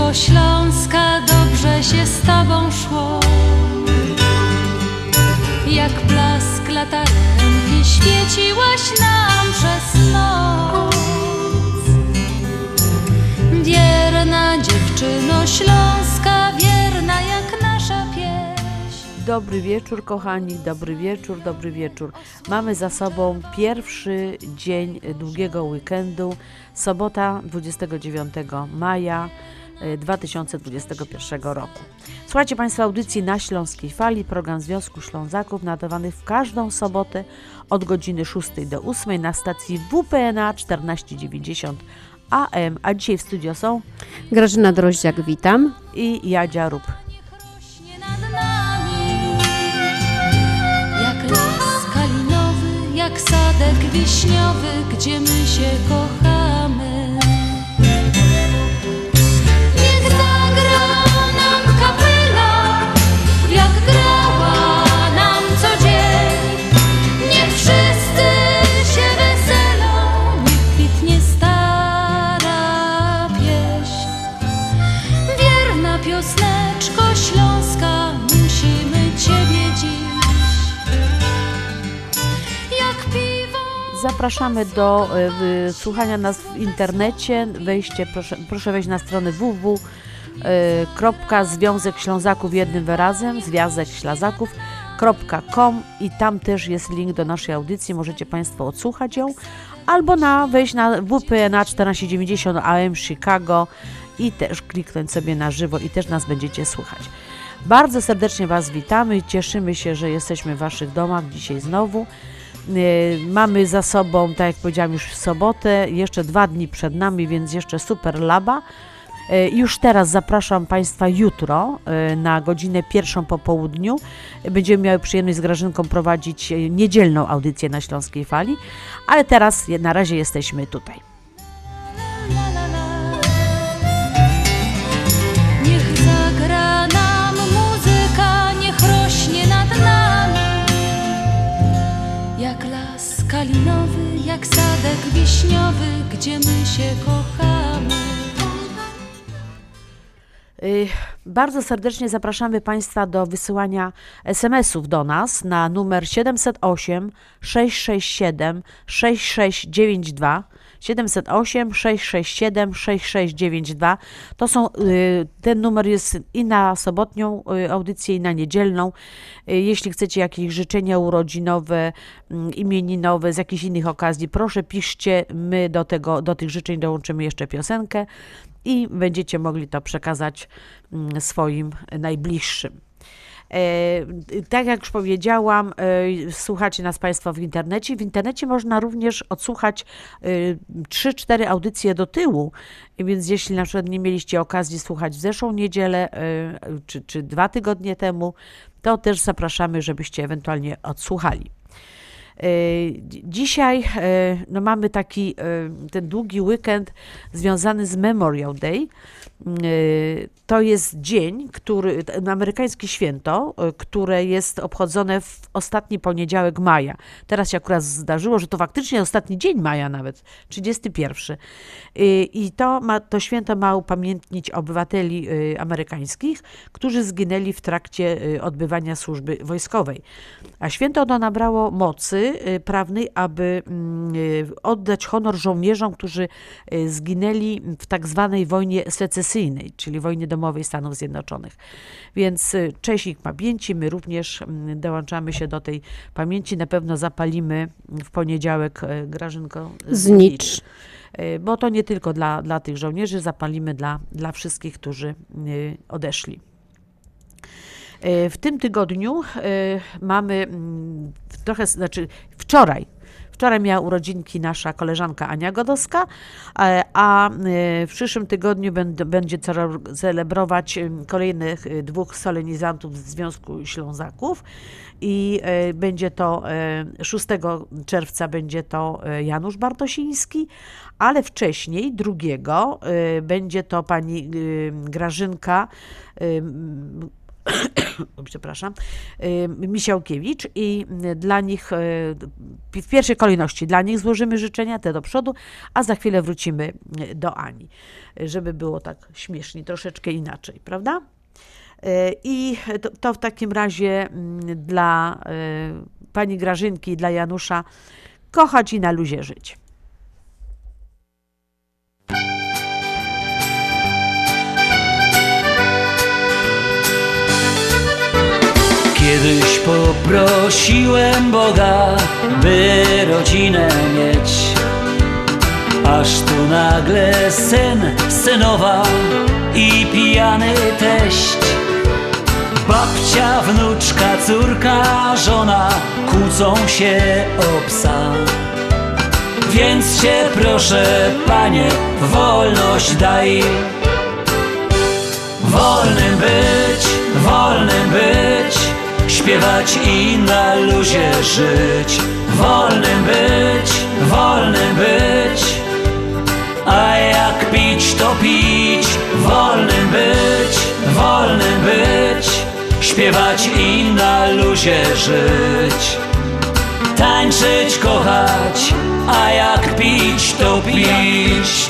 Córko Śląska, dobrze się z tobą szło. Jak blask latarenki świeciłaś nam przez noc. Wierna dziewczyno Śląska, wierna jak nasza pieśń. Dobry wieczór, kochani, dobry wieczór. Mamy za sobą pierwszy dzień długiego weekendu, sobota 29 maja 2021 roku. Słuchajcie Państwo audycji na Śląskiej Fali, program Związku Ślązaków nadawany w każdą sobotę od godziny 6 do 8 na stacji WPNA 1490 AM, a dzisiaj w studio są Grażyna Droździak, witam. I Jadzia Rób. Jak las kalinowy, jak sadek wiśniowy, gdzie my się kochamy. Niech zagra nam kapela, jak grała nam co dzień. Niech wszyscy się weselą, niech kwitnie stara pieśń. Wierna piosneczko śląska, musimy ciebie dziś. Jak piwo. Zapraszamy do słuchania nas w internecie. Proszę wejść na stronę www.związekślązaków jednym wyrazem, związekślązaków.com i tam też jest link do naszej audycji. Możecie Państwo odsłuchać ją albo wejść na WPNA 1490 AM Chicago i też kliknąć sobie na żywo i też nas będziecie słuchać. Bardzo serdecznie Was witamy. Cieszymy się, że jesteśmy w Waszych domach dzisiaj znowu. Mamy za sobą, tak jak powiedziałam, już w sobotę, jeszcze 2 dni przed nami, więc jeszcze super laba. Już teraz zapraszam Państwa jutro na godzinę 1 po południu. Będziemy miały przyjemność z Grażynką prowadzić niedzielną audycję na Śląskiej Fali, ale teraz na razie jesteśmy tutaj. Niech zagra nam muzyka, niech rośnie nad nami. Jak las kalinowy, jak sadek wiśniowy, gdzie my się kochamy. Bardzo serdecznie zapraszamy Państwa do wysyłania SMS-ów do nas na numer 708 667 6692. 708 667 6692. To są, ten numer jest i na sobotnią audycję, i na niedzielną. Jeśli chcecie jakieś życzenia urodzinowe, imieninowe, z jakichś innych okazji, proszę piszcie, my do tych życzeń dołączymy jeszcze piosenkę i będziecie mogli to przekazać swoim najbliższym. Tak jak już powiedziałam, słuchacie nas Państwo w internecie. W internecie można również odsłuchać 3-4 audycje do tyłu, więc jeśli na przykład nie mieliście okazji słuchać w zeszłą niedzielę czy 2 tygodnie temu, to też zapraszamy, żebyście ewentualnie odsłuchali. Dzisiaj mamy taki ten długi weekend związany z Memorial Day. To jest dzień, amerykańskie święto, które jest obchodzone w ostatni poniedziałek maja. Teraz się akurat zdarzyło, że to faktycznie ostatni dzień maja nawet, 31. I to święto ma upamiętnić obywateli amerykańskich, którzy zginęli w trakcie odbywania służby wojskowej. A święto to nabrało mocy prawnej, aby oddać honor żołnierzom, którzy zginęli w tak zwanej wojnie secesyjnej, czyli wojnie domowej Stanów Zjednoczonych. Więc cześć ich pamięci, my również dołączamy się do tej pamięci. Na pewno zapalimy w poniedziałek, Grażynko, znicz. Bo to nie tylko dla tych żołnierzy, zapalimy dla wszystkich, którzy odeszli. W tym tygodniu mamy wczoraj miała urodzinki nasza koleżanka Ania Godowska, a w przyszłym tygodniu będzie celebrować kolejnych 2 solenizantów z Związku Ślązaków i będzie to 6 czerwca będzie to Janusz Bartosiński, ale wcześniej 2 będzie to pani Grażynka przepraszam, Misiałkiewicz i dla nich, w pierwszej kolejności dla nich złożymy życzenia, te do przodu, a za chwilę wrócimy do Ani, żeby było tak śmiesznie, troszeczkę inaczej, prawda? I to w takim razie dla pani Grażynki i dla Janusza kochać i na luzie żyć. Kiedyś poprosiłem Boga, by rodzinę mieć, aż tu nagle syn, synowa i pijany teść. Babcia, wnuczka, córka, żona kłócą się o psa. Więc cię proszę, Panie, wolność daj. Wolnym być, śpiewać i na luzie żyć. Wolnym być, a jak pić to pić. Wolnym być, śpiewać i na luzie żyć. Tańczyć, kochać, a jak pić to pić.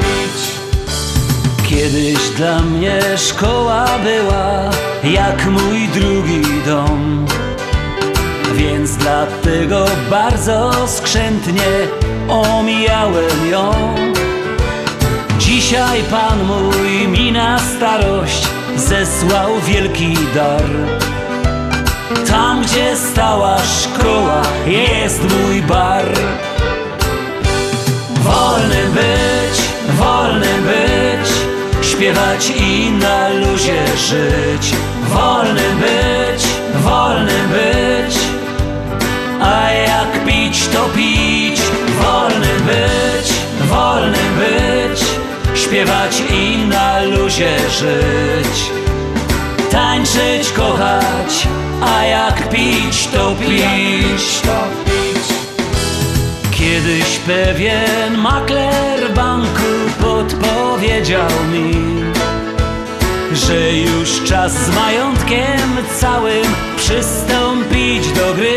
Kiedyś dla mnie szkoła była jak mój drugi dom, więc dlatego bardzo skrzętnie omijałem ją. Dzisiaj Pan mój mi na starość zesłał wielki dar. Tam, gdzie stała szkoła, jest mój bar. Wolnym być, śpiewać i na luzie żyć. Wolnym być, a jak pić to pić. Wolnym być, śpiewać i na luzie żyć. Tańczyć, kochać, a jak pić to pić. Kiedyś pewien makler banku podpowiedział mi, że już czas z majątkiem całym przystąpić do gry.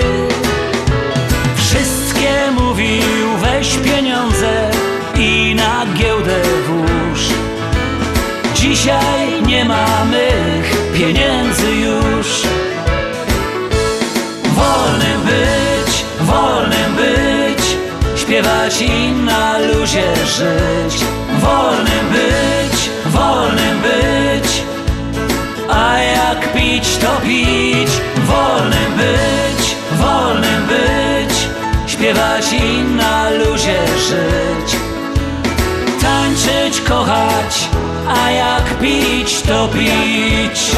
Wszystkie mówił, weź pieniądze i na giełdę włóż. Dzisiaj nie ma mych pieniędzy już. Wolnym być, śpiewać i na luzie żyć. Wolnym być, a jak pić to pić. Wolnym być, śpiewać i na luzie żyć. Tańczyć, kochać, a jak pić to pić.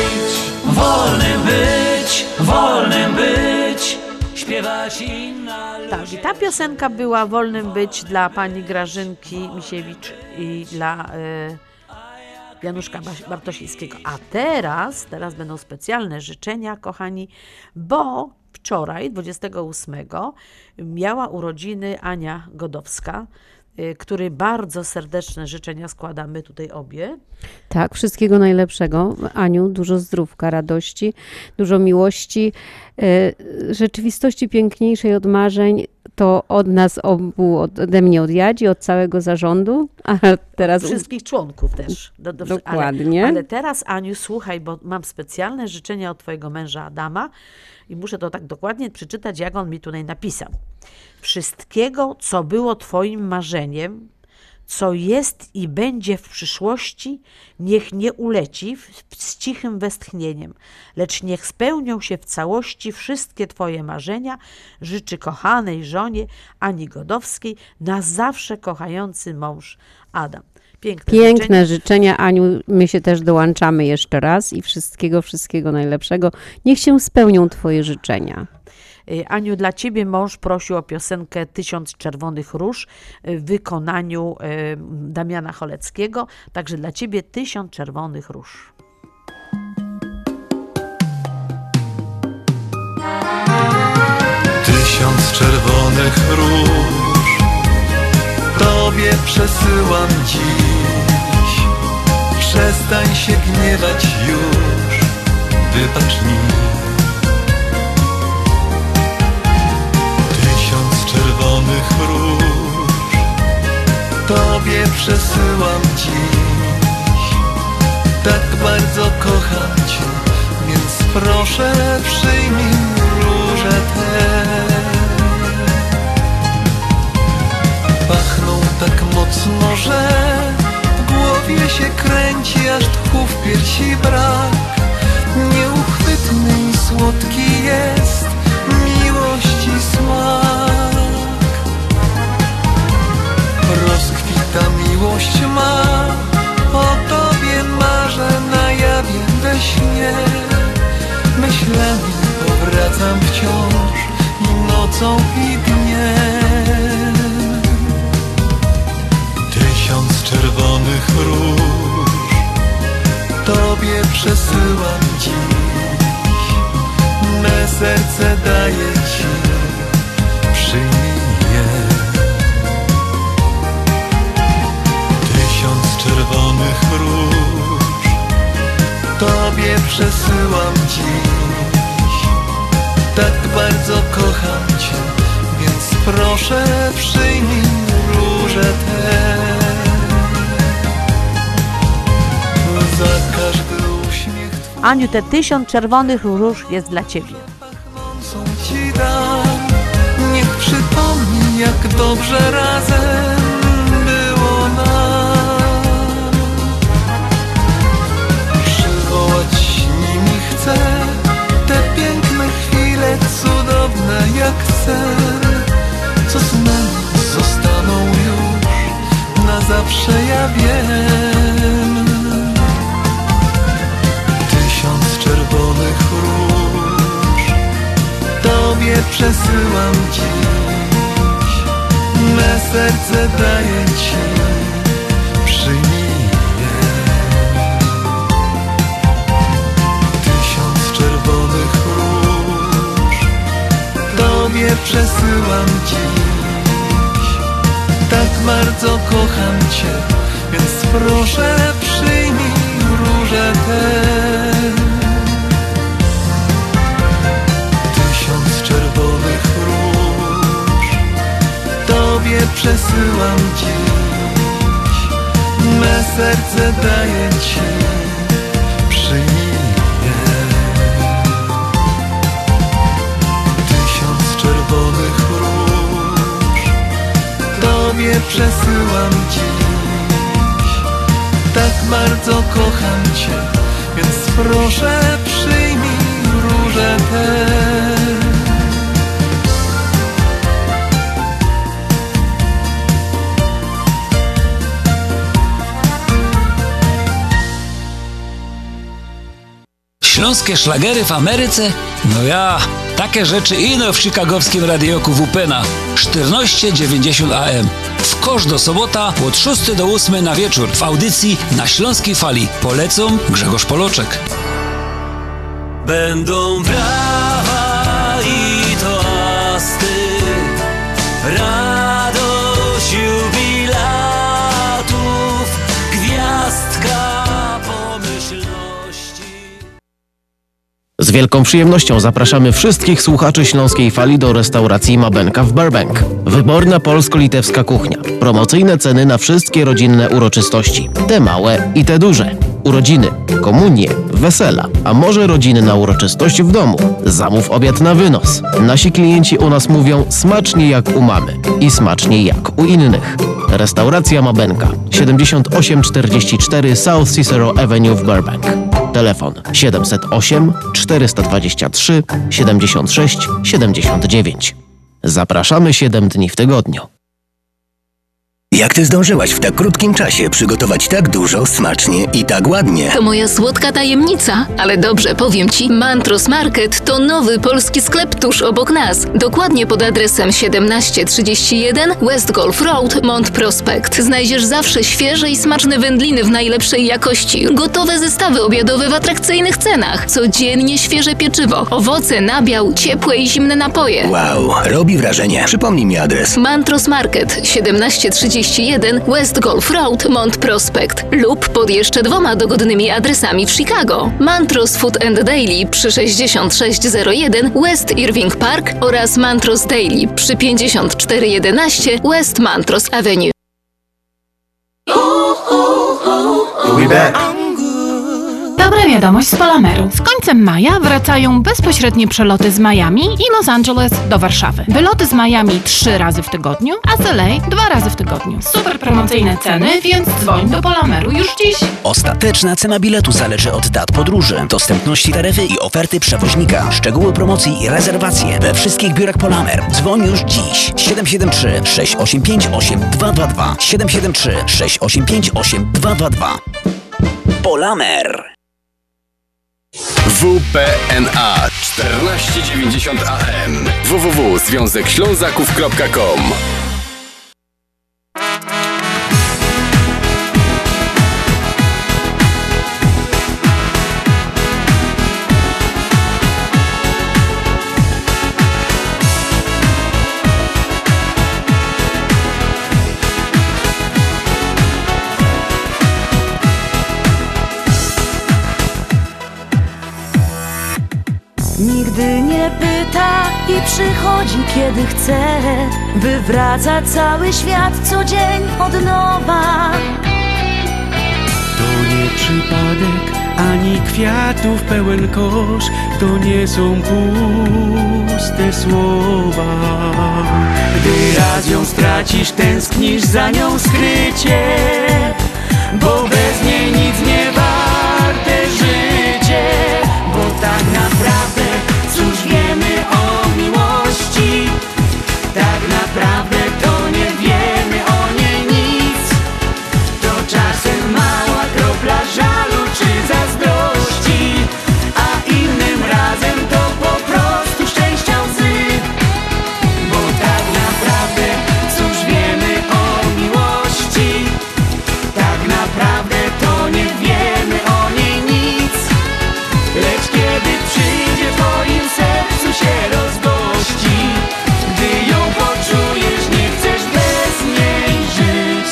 Wolnym być, śpiewać i na luzie. Tak, i ta piosenka była Wolnym być dla pani Grażynki Misiewicz i dla Januszka Bartosińskiego. A teraz będą specjalne życzenia, kochani, bo wczoraj, 28, miała urodziny Ania Godowska, który bardzo serdeczne życzenia składamy tutaj obie. Tak, wszystkiego najlepszego. Aniu, dużo zdrówka, radości, dużo miłości, rzeczywistości piękniejszej od marzeń. To od nas obu, ode mnie, od Jadzi, od całego zarządu, a teraz... Wszystkich członków też. Dokładnie. Ale teraz, Aniu, słuchaj, bo mam specjalne życzenia od twojego męża Adama i muszę to tak dokładnie przeczytać, jak on mi tutaj napisał. Wszystkiego, co było twoim marzeniem, co jest i będzie w przyszłości, niech nie uleci z cichym westchnieniem, lecz niech spełnią się w całości wszystkie twoje marzenia, życzy kochanej żonie Ani Godowskiej, na zawsze kochający mąż Adam. Piękne życzenia, Aniu, my się też dołączamy jeszcze raz i wszystkiego najlepszego. Niech się spełnią twoje życzenia. Aniu, dla ciebie mąż prosił o piosenkę 1000 czerwonych róż w wykonaniu Damiana Choleckiego, także dla ciebie 1000 czerwonych róż. Tysiąc czerwonych róż tobie przesyłam dziś. Przestań się gniewać już, wybacz mi. 1000 czerwonych róż Tobie przesyłam dziś. Tak bardzo kocham Cię, więc proszę przyjmij róże te. Pachną tak mocno, że w głowie się kręci, aż tchu w piersi brak. Nieuchwytny i słodki jest miłości smak. Rozkwita miłość ma, o Tobie marzę na jawie we śnie. Myślami powracam wciąż i nocą i dniem. 1000 czerwonych róż Tobie przesyłam dziś. Me serce daję Ci, przyjmij je. 1000 czerwonych róż Tobie przesyłam dziś. Tak bardzo kocham Cię, więc proszę przyjmij róże te. Za każdy uśmiech Twój Aniu, te 1000 czerwonych róż jest dla Ciebie. pachnącą Ci dam. Niech przypomni, jak dobrze razem było nam. Przywołać nimi chcę te piękne chwile, cudowne jak sen, co z nami zostaną już na zawsze, ja wiem. 1000 czerwonych róż Tobie przesyłam dziś. Me serce daję Ci, przyjmij je. 1000 czerwonych róż Tobie przesyłam dziś. Tak bardzo kocham Cię, więc proszę przyjmij róże te. 1000 czerwonych róż Tobie przesyłam dziś. Me serce daję Ci, przyjmij je. 1000 czerwonych róż Tobie przesyłam dziś. Tak bardzo kocham Cię, więc proszę przyjmij róże te. Śląskie szlagery w Ameryce? No ja, takie rzeczy ino w chicagowskim radioku WPNA 1490 AM. W kosz do sobota od 6 do 8 na wieczór w audycji Na Śląskiej Fali. Polecą Grzegorz Poloczek. Będą brawa i toasty, radość jubilatów, gwiazdka pomyślności. Z wielką przyjemnością zapraszamy wszystkich słuchaczy Śląskiej Fali do restauracji Mabenka w Burbank. Wyborna polsko-litewska kuchnia. Promocyjne ceny na wszystkie rodzinne uroczystości. Te małe i te duże. Urodziny, komunie, wesela, a może rodziny na uroczystość w domu. Zamów obiad na wynos. Nasi klienci u nas mówią smacznie jak u mamy i smacznie jak u innych. Restauracja Mabenka, 7844 South Cicero Avenue w Burbank. Telefon 708 423 76 79. Zapraszamy 7 dni w tygodniu. Jak ty zdążyłaś w tak krótkim czasie przygotować tak dużo, smacznie i tak ładnie? To moja słodka tajemnica, ale dobrze, powiem ci, Mantros Market to nowy polski sklep tuż obok nas. Dokładnie pod adresem 1731 West Golf Road, Mont Prospect. Znajdziesz zawsze świeże i smaczne wędliny w najlepszej jakości, gotowe zestawy obiadowe w atrakcyjnych cenach, codziennie świeże pieczywo, owoce, nabiał, ciepłe i zimne napoje. Wow, robi wrażenie. Przypomnij mi adres. Mantros Market, 1731 31 West Golf Road, Mont Prospect lub pod jeszcze 2 dogodnymi adresami w Chicago. Mantros Food and Daily przy 6601 West Irving Park oraz Mantros Daily przy 5411 West Mantros Avenue. We back. Dobra wiadomość z Polameru. Z końcem maja wracają bezpośrednie przeloty z Miami i Los Angeles do Warszawy. Wyloty z Miami 3 razy w tygodniu, a z LA 2 razy w tygodniu. Super promocyjne ceny, więc dzwoń do Polameru już dziś. Ostateczna cena biletu zależy od dat podróży, dostępności taryfy i oferty przewoźnika. Szczegóły promocji i rezerwacje we wszystkich biurach Polamer. Dzwoń już dziś. 773 685 8222 773 685 8222. Polamer. WPNA 1490 AM www.związekślązaków.com. Nigdy nie pyta i przychodzi kiedy chce. Wywraca cały świat co dzień od nowa. To nie przypadek, ani kwiatów pełen kosz. To nie są puste słowa. Gdy raz ją stracisz, tęsknisz za nią skrycie, bo bez niej nic nie warte życie. Bo tak naprawdę cóż wiemy o miłości? Tak naprawdę to nie wiemy o niej nic. To czasem mała kropla żalu czy zazdrości, a innym razem to po prostu szczęścia łzy. Bo tak naprawdę cóż wiemy o miłości? Tak naprawdę to nie wiemy o niej nic. Lecz kiedy przyjdzie w twoim sercu się rozgości, gdy ją poczujesz, nie chcesz bez niej żyć.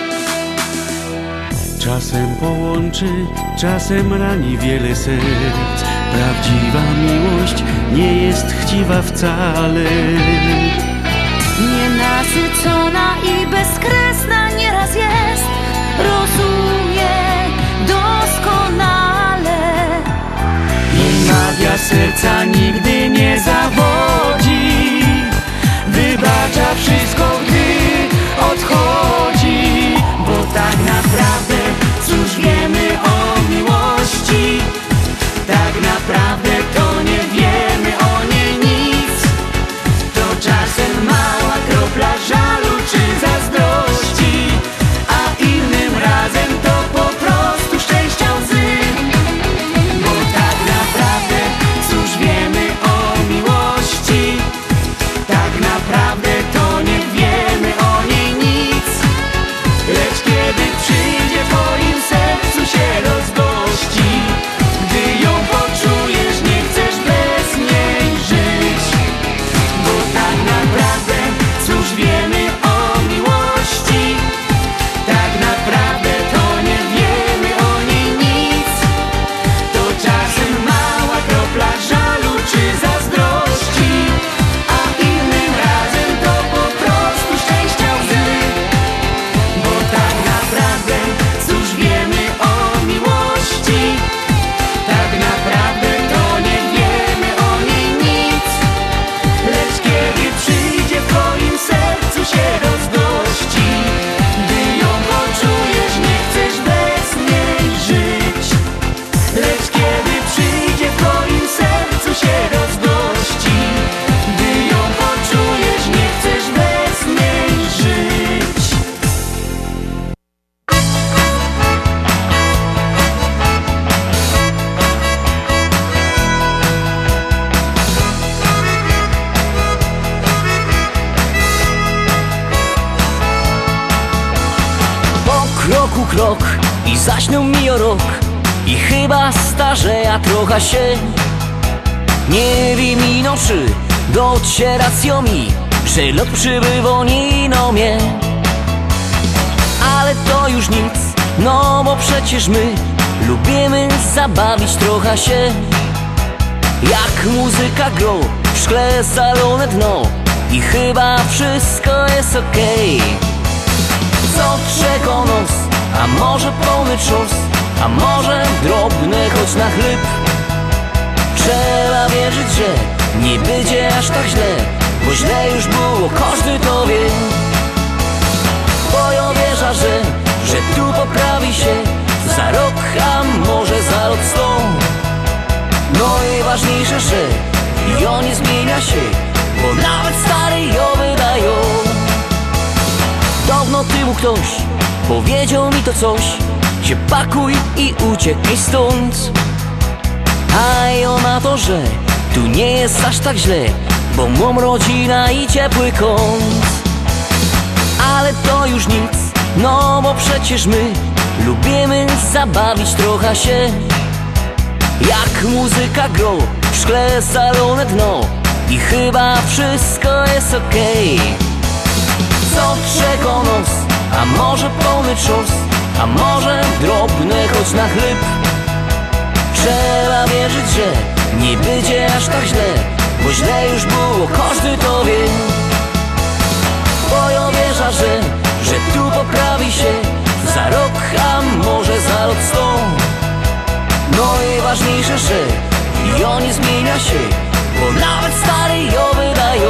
Czasem połączy, czasem rani wiele serc. Prawdziwa miłość nie jest chciwa wcale. Nienasycona i bezkresna nieraz jest, rozumie doskonale. Jej magia serca nigdy nie zawodzi. Wybacza wszystko, gdy odchodzi. Bo tak naprawdę cóż wiemy o miłości? Tak naprawdę to nie wiemy o niej nic. To czasem mała kropla żalu czy zazdrości, a innym razem to po prostu szczęścia łzy. Bo tak naprawdę cóż wiemy o miłości? Tak naprawdę to nie wiemy o niej nic. Lecz kiedy przyjdzie w twoim sercu się rozgości, gdy ją poczujesz, nie chcesz bez niej żyć. Bo tak naprawdę cóż wiemy o miłości? Tak naprawdę to nie wiemy o niej nic. To czasem mała kropla żalu czy zazdrości, a innym razem to po prostu szczęścia łzy. Bo tak naprawdę cóż wiemy o miłości? Tak naprawdę to nie wiemy o niej nic. Lecz kiedy przyjdzie w twoim sercu się rozgości, gdy ją poczujesz, nie chcesz bez niej żyć. Lecz kiedy przyjdzie w twoim sercu się rozgości, gdy ją poczujesz, nie chcesz bez niej żyć. Po kroku krok i zaśnią mi o rok, i chyba starzeja trochę się. Nie minąwszy docieracją mi, że lot przybywa nino mnie. ale to już nic, no bo przecież my lubimy zabawić trochę się. Jak muzyka gro, w szkle zalone dno i chyba wszystko jest okej. Co czego nos, a może pełny czos, a może drobny choć na chleb. Trzeba wierzyć, że nie będzie aż tak źle, bo źle już było, każdy to wie. Bo ja wierzę, że tu poprawi się za rok, a może za lat 100. No i ważniejsze, że jo nie zmienia się, bo nawet stary jo wydają. Dawno temu ktoś powiedział mi to coś, się pakuj i uciekaj stąd. A ja na to, że tu nie jest aż tak źle, bo mam rodzina i ciepły kąt. Ale to już nic, no bo przecież my lubimy zabawić trochę się. Jak muzyka gro, w szkle zalone dno i chyba wszystko jest okej. Co czego nos, a może pełny czos, a może drobny choć na chleb. Trzeba wierzyć, że nie będzie aż tak źle, bo źle już było, każdy to wie. Bo ja wierzę, że tu poprawi się za rok, a może za lat 100. No i ważniejsze, że jo nie zmienia się, bo nawet stary jo wydają.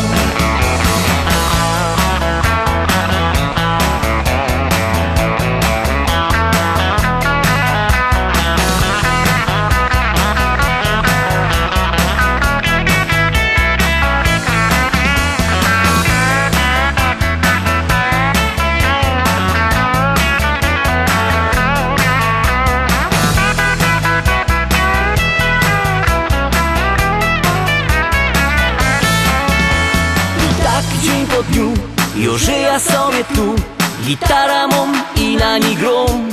Już ja sobie tu gitara mam i na niej grom.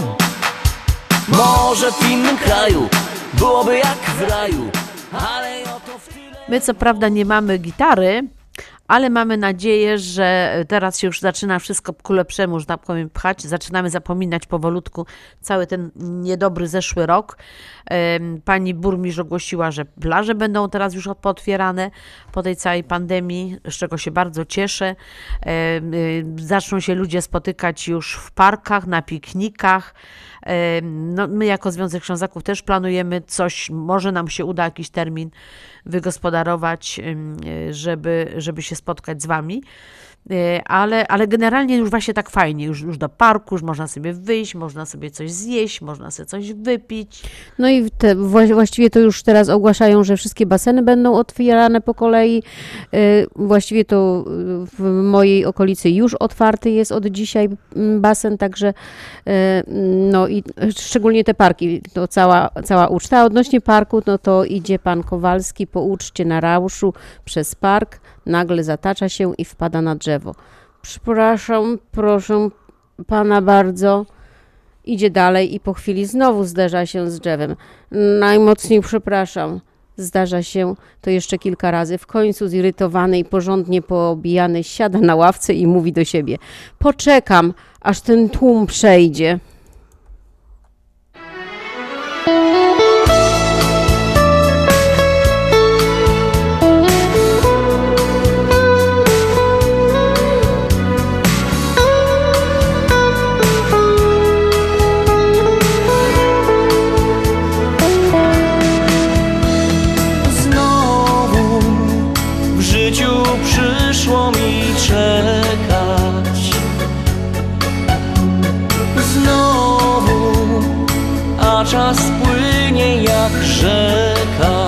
Może w innym kraju byłoby jak w raju, ale oto w tyle... My co prawda nie mamy gitary, ale mamy nadzieję, że teraz się już zaczyna wszystko ku lepszemu, że tak powiem, pchać. Zaczynamy zapominać powolutku cały ten niedobry zeszły rok. Pani burmistrz ogłosiła, że plaże będą teraz już pootwierane po tej całej pandemii, z czego się bardzo cieszę. Zaczną się ludzie spotykać już w parkach, na piknikach. No, my jako Związek Ślązaków też planujemy coś, może nam się uda jakiś termin wygospodarować, żeby się spotkać z wami. Ale generalnie już właśnie tak fajnie, już do parku, już można sobie wyjść, można sobie coś zjeść, można sobie coś wypić. No i właściwie to już teraz ogłaszają, że wszystkie baseny będą otwierane po kolei. Właściwie to w mojej okolicy już otwarty jest od dzisiaj basen, także no i szczególnie te parki, to cała uczta. Odnośnie parku, no to idzie pan Kowalski po uczcie na rauszu przez park, nagle zatacza się i wpada na drzewo. Przepraszam, proszę pana bardzo. Idzie dalej i po chwili znowu zderza się z drzewem. Najmocniej przepraszam. Zdarza się to jeszcze kilka razy. W końcu zirytowany i porządnie poobijany siada na ławce i mówi do siebie: poczekam, aż ten tłum przejdzie. Przyszło mi czekać znowu, a czas płynie jak rzeka.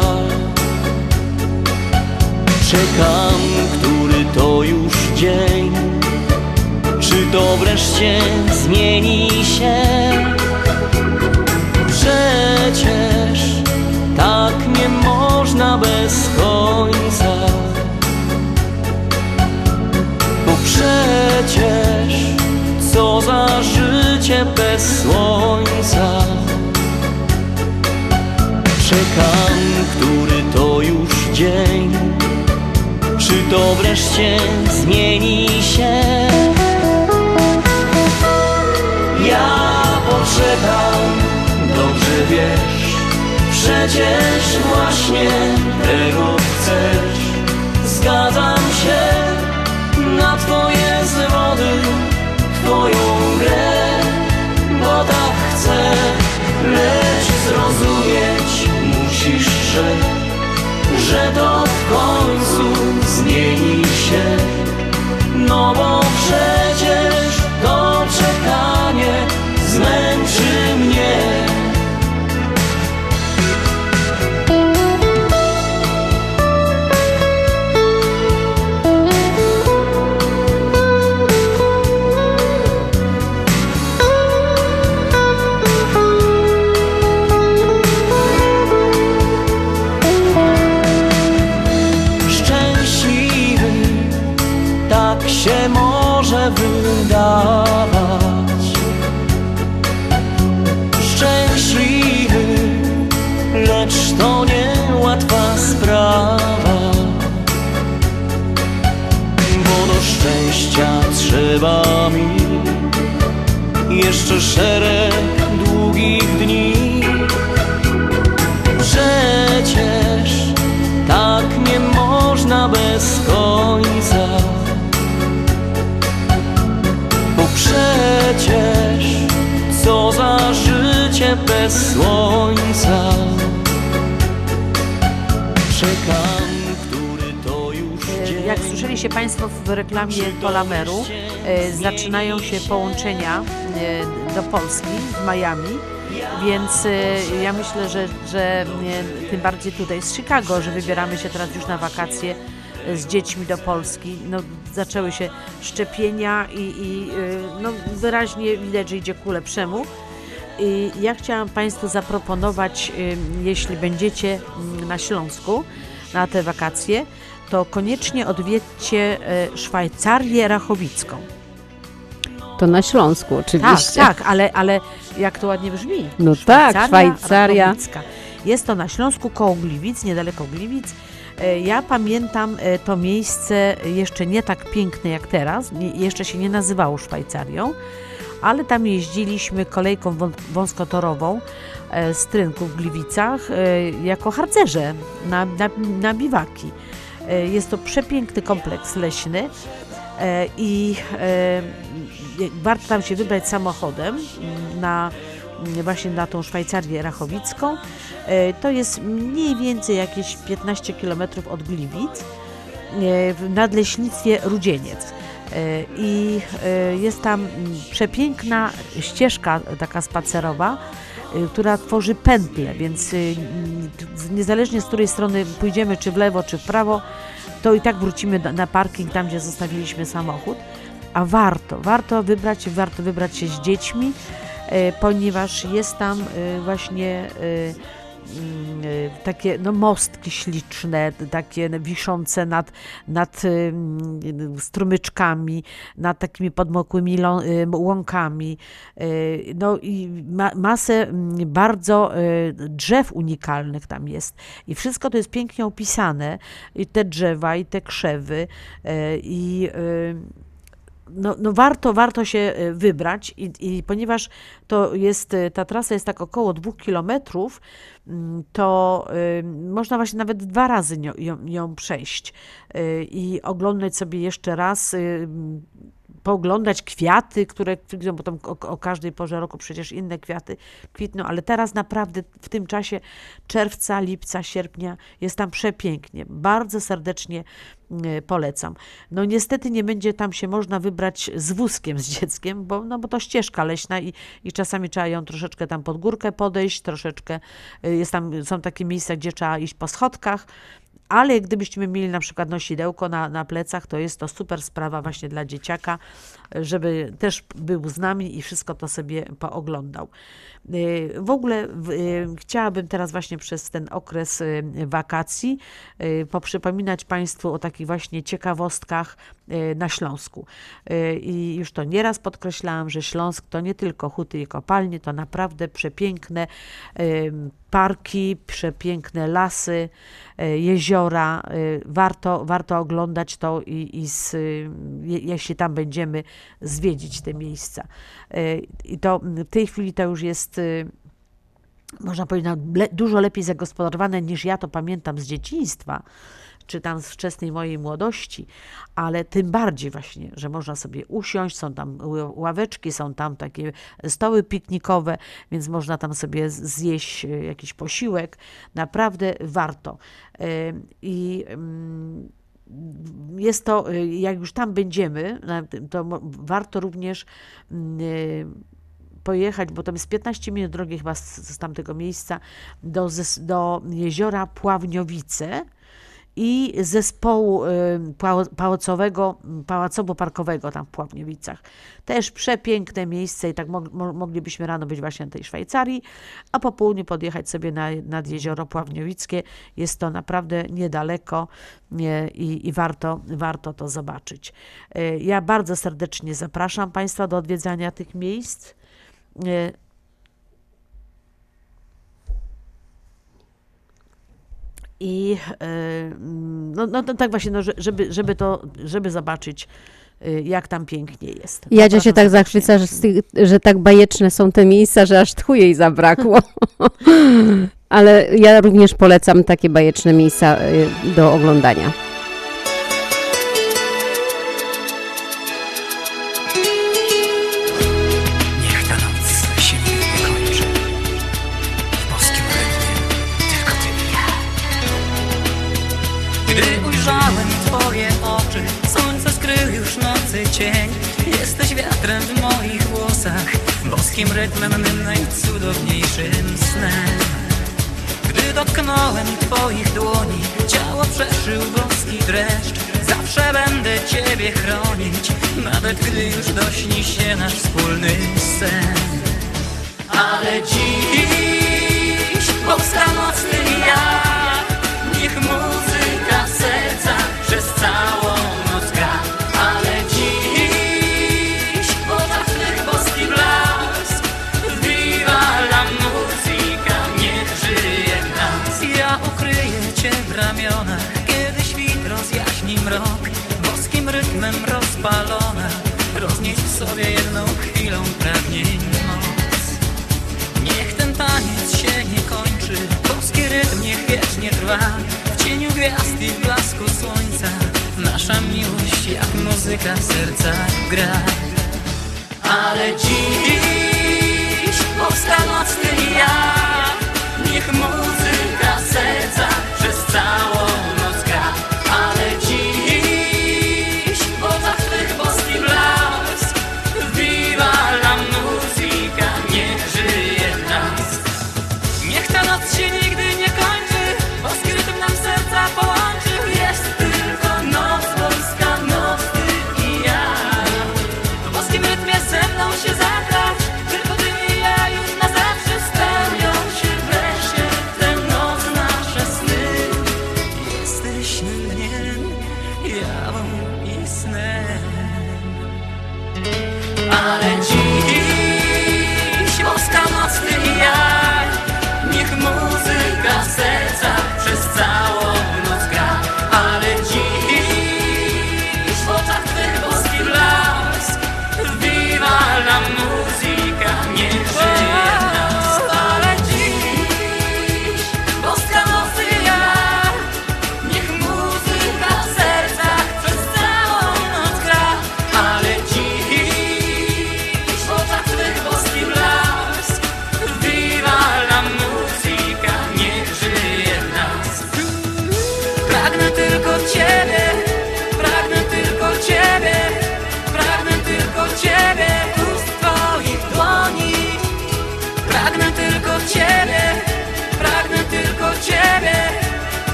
Czekam, który to już dzień, czy to wreszcie zmieni się? Przecież tak nie można bez końca. Przecież co za życie bez słońca. Czekam, który to już dzień, czy to wreszcie zmieni się? ja poczekam, dobrze wiesz, przecież właśnie tego chcesz. Zgadzam się na twoje zwody, twoją grę, bo tak chcę. Lecz zrozumieć musisz, że to w końcu zmieni się. No bo przecież to czekanie zmęczy mnie. Tak się może wydawać, szczęśliwy, lecz to niełatwa sprawa, bo do szczęścia trzeba mi jeszcze szereg długich dni. Przecież tak nie można bez końca, bo przecież co za życie bez słońca. Czekam, który to już dzień. Jak słyszeliście Państwo w reklamie Polameru, zaczynają się połączenia do Polski w Miami, więc ja myślę, że tym bardziej tutaj z Chicago, że wybieramy się teraz już na wakacje z dziećmi do Polski. No, zaczęły się szczepienia i no, wyraźnie widać, że idzie ku lepszemu. I ja chciałam Państwu zaproponować, jeśli będziecie na Śląsku na te wakacje, to koniecznie odwiedźcie Szwajcarię Rachowicką. To na Śląsku oczywiście. Tak, ale jak to ładnie brzmi. No tak, Szwajcaria. Rachowicka. Jest to na Śląsku koło Gliwic, niedaleko Gliwic. Ja pamiętam to miejsce jeszcze nie tak piękne jak teraz, jeszcze się nie nazywało Szwajcarią, ale tam jeździliśmy kolejką wąskotorową z Trynku w Gliwicach jako harcerze na biwaki. Jest to przepiękny kompleks leśny i warto tam się wybrać samochodem właśnie na tą Szwajcarię Rachowicką. To jest mniej więcej jakieś 15 km od Gliwic w nadleśnictwie Rudzieniec. I jest tam przepiękna ścieżka taka spacerowa, która tworzy pętlę, więc niezależnie z której strony pójdziemy, czy w lewo, czy w prawo, to i tak wrócimy na parking, tam gdzie zostawiliśmy samochód. A warto wybrać się z dziećmi, ponieważ jest tam właśnie takie mostki śliczne, takie wiszące nad strumyczkami, nad takimi podmokłymi łąkami. No i masę bardzo drzew unikalnych tam jest. I wszystko to jest pięknie opisane, i te drzewa, i te krzewy, i warto się wybrać i ponieważ ta trasa jest tak około 2 kilometrów, to można właśnie nawet 2 razy ją przejść i oglądać sobie jeszcze raz, pooglądać kwiaty, które kwitną, bo tam o każdej porze roku przecież inne kwiaty kwitną, ale teraz naprawdę w tym czasie czerwca, lipca, sierpnia jest tam przepięknie. Bardzo serdecznie polecam. No niestety nie będzie tam się można wybrać z wózkiem, z dzieckiem, bo to ścieżka leśna i czasami trzeba ją troszeczkę tam pod górkę podejść, troszeczkę są takie miejsca, gdzie trzeba iść po schodkach, ale gdybyśmy mieli na przykład nosidełko na plecach, to jest to super sprawa właśnie dla dzieciaka, żeby też był z nami i wszystko to sobie pooglądał. W ogóle chciałabym teraz właśnie przez ten okres wakacji poprzypominać Państwu o takich właśnie ciekawostkach na Śląsku. I już to nieraz podkreślałam, że Śląsk to nie tylko huty i kopalnie, to naprawdę przepiękne parki, przepiękne lasy, jeziora. Warto oglądać to jeśli tam będziemy, zwiedzić te miejsca. I to w tej chwili to już jest, można powiedzieć, dużo lepiej zagospodarowane, niż ja to pamiętam z dzieciństwa, czy tam z wczesnej mojej młodości, ale tym bardziej właśnie, że można sobie usiąść, są tam ławeczki, są tam takie stoły piknikowe, więc można tam sobie zjeść jakiś posiłek. Naprawdę warto. I jest to, jak już tam będziemy, to warto również pojechać, bo tam jest 15 minut drogi chyba z tamtego miejsca, do jeziora Pławniowice i zespołu pałacowo-parkowego tam w Pławniowicach. Też przepiękne miejsce i tak moglibyśmy rano być właśnie na tej Szwajcarii, a po południu podjechać sobie nad jezioro Pławniowickie. Jest to naprawdę niedaleko i warto to zobaczyć. Ja bardzo serdecznie zapraszam Państwa do odwiedzania tych miejsc. I no tak właśnie, no, żeby zobaczyć, jak tam pięknie jest. Jadzia się tak zachwyca, że tak bajeczne są te miejsca, że aż tchu jej zabrakło. Ale ja również polecam takie bajeczne miejsca do oglądania. Niech ta noc się nie kończy. W boskim rytmie tylko ty i ja. Gdy ujrzałem twoje oczy, słońce skrył już nocy cień. Jesteś wiatrem w moich włosach, boskim rytmem mym najcudowniejszym snem. Gdy dotknąłem twoich dłoni, ciało przeszył boski dreszcz. Zawsze będę ciebie chronić, nawet gdy już dośni się nasz wspólny sen. Ale dziś boska noc ty i ja, niech muzyka serca przez całą noc gra. Ale dziś w oczach twych boski blask, viva la muzyka, niech żyje w nas. Ja ukryję cię w ramionach, kiedy świt rozjaśni mrok. Boskim rytmem rozpalona, roznieść w sobie jedną chwilą pragnień moc. Niech ten taniec się nie kończy, boski rytm niech wiecznie trwa. W cieniu gwiazd i w blasku słońca nasza miłość jak muzyka serca gra. Ale dziś boska noc ty i ja, niech muzyka serca przez całą noc gra. Ale dziś w oczach twych boski blask, viva la muzyka, niech żyje w nas. Niech ta noc się nigdy nie kończy, boski rytm nam serca połączył. Jest tylko noc boska, noc ty i ja. W boskim rytmie ze mną się zagrać, tylko ty i ja już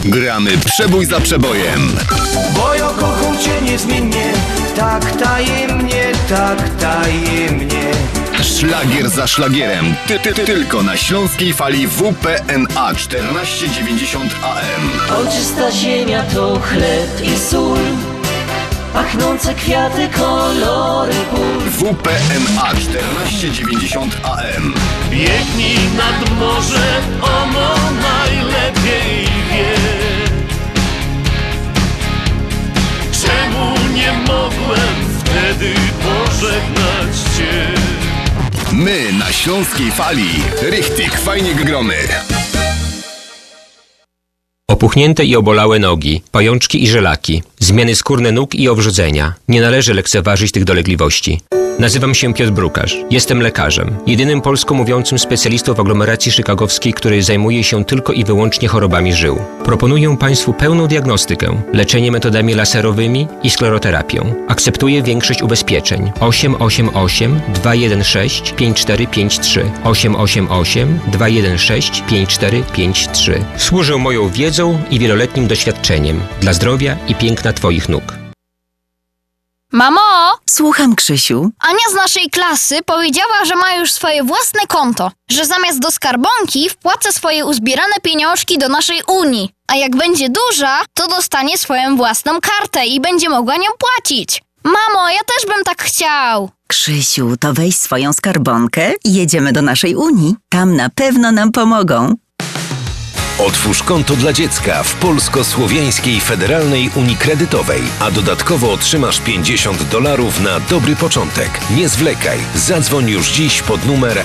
Gramy przebój za przebojem. Bo ja kocham cię niezmiennie, tak tajemnie, tak tajemnie. Szlagier za szlagierem. Tylko na śląskiej fali WPNA 1490 AM. Ojczysta ziemia to chleb i sól, pachnące kwiaty, kolory pól. WPNA 1490 AM. Biegnij nad morze, ono najlepiej wie. Czemu nie mogłem wtedy pożegnać cię? My na śląskiej fali. Richtig fajnie gromy. Opuchnięte i obolałe nogi, pajączki i żelaki, zmiany skórne nóg i owrzodzenia. Nie należy lekceważyć tych dolegliwości. Nazywam się Piotr Brukarz. Jestem lekarzem. Jedynym polsko mówiącym specjalistą w aglomeracji chicagowskiej, który zajmuje się tylko i wyłącznie chorobami żył. Proponuję Państwu pełną diagnostykę, leczenie metodami laserowymi i skleroterapią. Akceptuję większość ubezpieczeń. 888 216 5453 888 216 5453. Służę moją wiedzą i wieloletnim doświadczeniem dla zdrowia i piękna Twoich nóg. Mamo! Słucham, Krzysiu. Ania z naszej klasy powiedziała, że ma już swoje własne konto, że zamiast do skarbonki wpłaca swoje uzbierane pieniążki do naszej Unii, a jak będzie duża, to dostanie swoją własną kartę i będzie mogła nią płacić. Mamo, ja też bym tak chciał. Krzysiu, to weź swoją skarbonkę i jedziemy do naszej Unii. Tam na pewno nam pomogą. Otwórz konto dla dziecka w Polsko-Słowiańskiej Federalnej Unii Kredytowej, a dodatkowo otrzymasz $50 na dobry początek. Nie zwlekaj, zadzwoń już dziś pod numer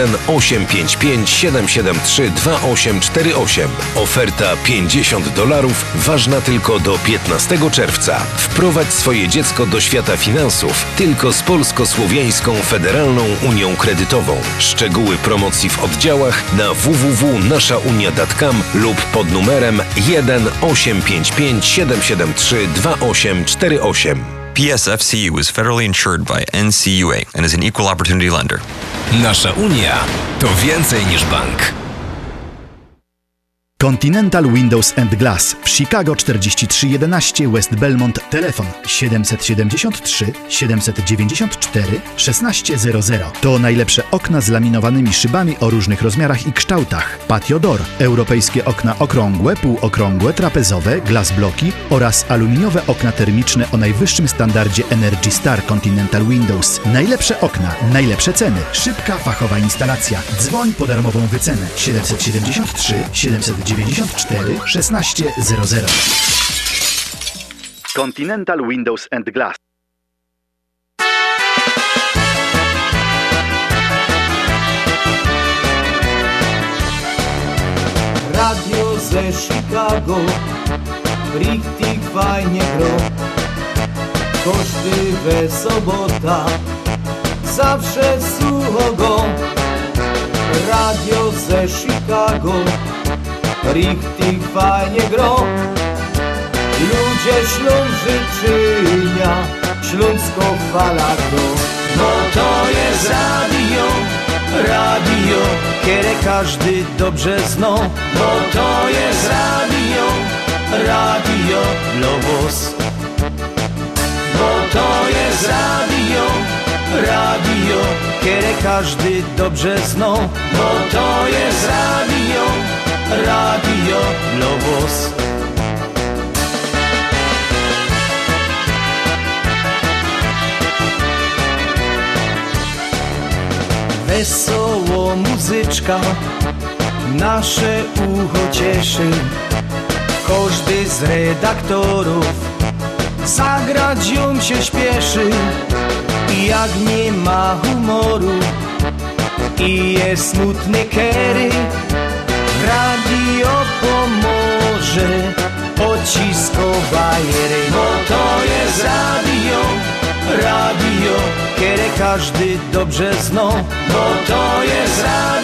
1-855-773-2848. Oferta $50 ważna tylko do 15 czerwca. Wprowadź swoje dziecko do świata finansów tylko z Polsko-Słowiańską Federalną Unią Kredytową. Szczegóły promocji w oddziałach na www.naszaunia.com lub pod numerem 1-855-773-2848. PSFCU is federally insured by NCUA and is an equal opportunity lender. Nasza Unia to więcej niż bank. Continental Windows and Glass w Chicago 4311 West Belmont. Telefon 773 794 1600. To najlepsze okna z laminowanymi szybami o różnych rozmiarach i kształtach. Patio Door, europejskie okna okrągłe, półokrągłe, trapezowe, glass bloki oraz aluminiowe okna termiczne o najwyższym standardzie Energy Star Continental Windows. Najlepsze okna, najlepsze ceny, szybka, fachowa instalacja. Dzwoń po darmową wycenę 773 794 1600. Continental Windows and Glass. Radio ze Chicago, richtig fajnie gro. Każdy we sobota, zawsze słucha go. Radio ze Chicago, richtig fajnie gro. Ludzie ślą życzenia, śląsko fala gro. Bo to jest radio, kiedy każdy dobrze zna. Bo to jest radio Lobos. Bo to jest radio, kiedy każdy dobrze zna. Bo to jest radio Lobos. Wesoło muzyczka nasze ucho cieszy. Każdy z redaktorów zagrać ją się śpieszy. I jak nie ma humoru i jest smutny kery, radio pomoże, pocisko bajery. Bo to jest radio, kiedy każdy dobrze zna. Bo to jest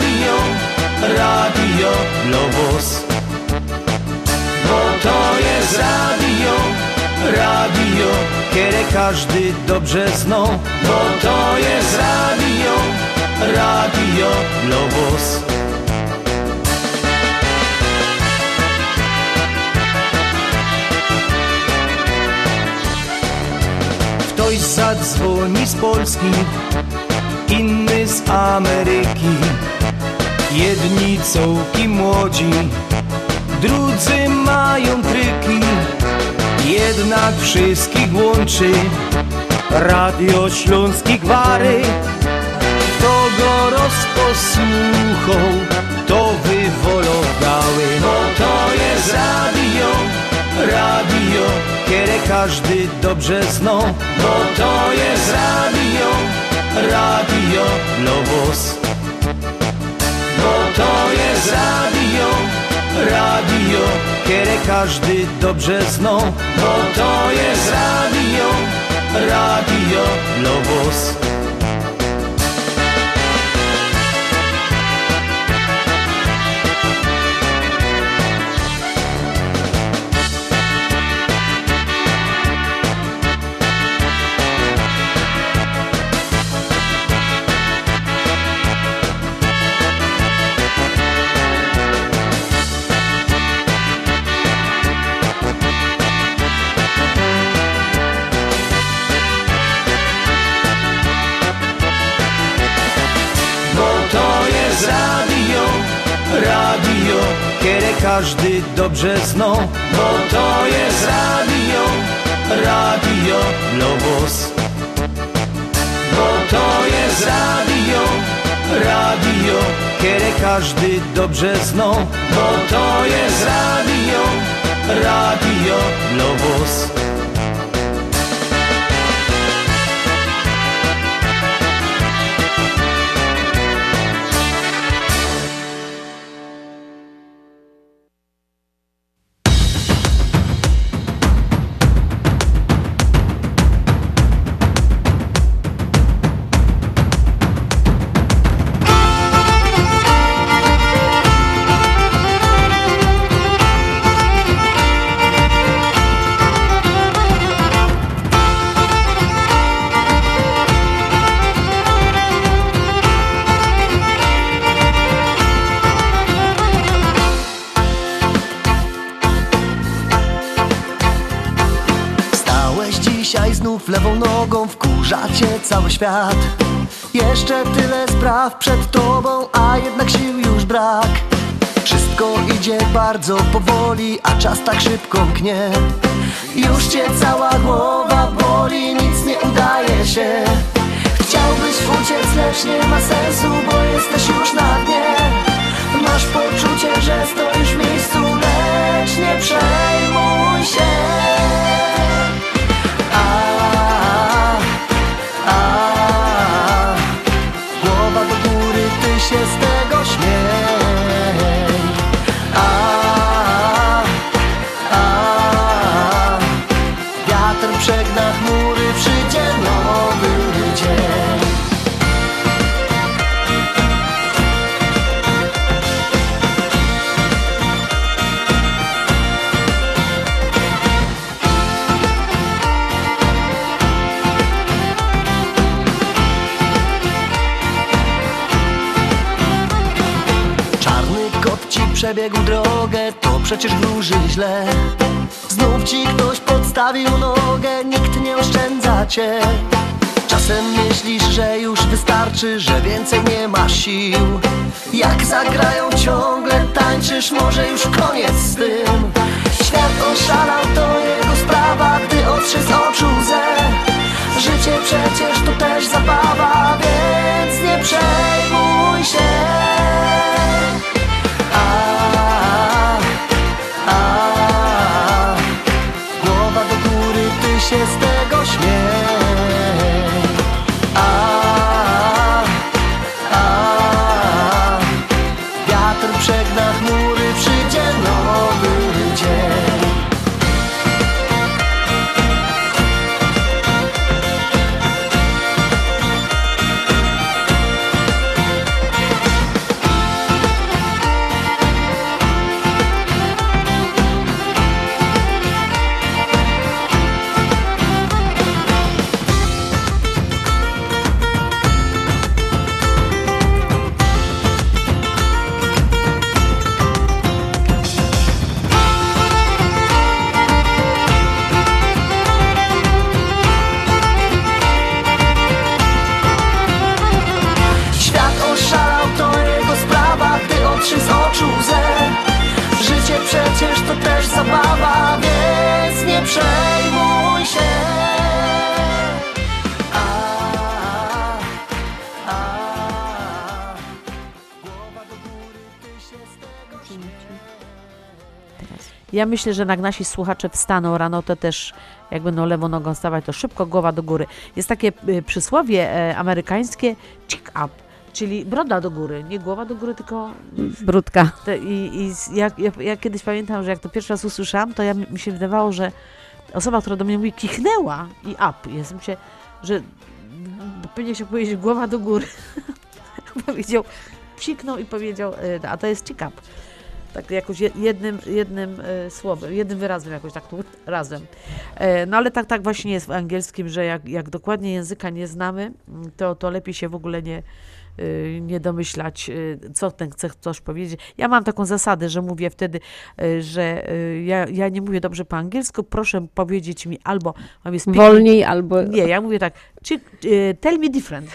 radio Lobos. Bo to jest radio, kiedy każdy dobrze zna. Bo to jest radio Ktoś zadzwoni z Polski, inny z Ameryki. Jedni cołki młodzi, drudzy mają tryki. Jednak wszystkich łączy Radio Śląski Gwary. To go rozposłuchał, to wywologały. Bo to jest radio, które każdy dobrze zna. Bo to jest radio Lobos. Bo to jest radio, które każdy dobrze zna. Bo to jest radio Lobos. Radio, które każdy dobrze zna. Bo to jest radio Lobos. Bo to jest radio, które każdy dobrze zna. Bo to jest radio Lobos. Lewą nogą wkurza cię cały świat. Jeszcze tyle spraw przed tobą, a jednak sił już brak. Wszystko idzie bardzo powoli, a czas tak szybko mknie. Już cię cała głowa boli, nic nie udaje się. Chciałbyś uciec, lecz nie ma sensu, bo jesteś już na dnie. Masz poczucie, że stoisz w miejscu, lecz nie przejmuj się. Głowa do góry, ty się z tego śmiej. Wiatr przegna chmury, przyjdzie nowy dzień. Przebiegł drogę, to przecież wróży źle. Znów ci ktoś podstawił nogę, nikt nie oszczędza cię. Czasem myślisz, że już wystarczy, że więcej nie ma sił. Jak zagrają ciągle tańczysz, może już koniec z tym. Świat oszalał, to jego sprawa, gdy otrzy z oczu łzę. Życie przecież to też zabawa, więc nie przejmuj się. Głowa do góry, ty się z tego śmiej. Wiatr przegna chmury, przyjdzie nowy dzień. przejmuj się. Ja myślę, że jak nasi słuchacze wstaną rano, to też jak będą lewą nogą stawać, to szybko głowa do góry. Jest takie przysłowie amerykańskie cheek up, czyli broda do góry, nie głowa do góry, tylko brudka. Ja kiedyś pamiętam, że jak to pierwszy raz usłyszałam, to mi się wydawało, że osoba, która do mnie mówi, kichnęła i up. Jest mi się, że pewnie chciał powiedzieć głowa do góry. Powiedział, psiknął i powiedział, a to jest cheek up. Tak jakoś jednym słowem, jednym wyrazem jakoś tak tu razem. No ale tak właśnie jest w angielskim, że jak dokładnie języka nie znamy, to lepiej się w ogóle nie domyślać, co ten chce coś powiedzieć. Ja mam taką zasadę, że mówię wtedy, że ja nie mówię dobrze po angielsku, proszę powiedzieć mi albo wolniej, albo... Nie, ja mówię tak, tell me different.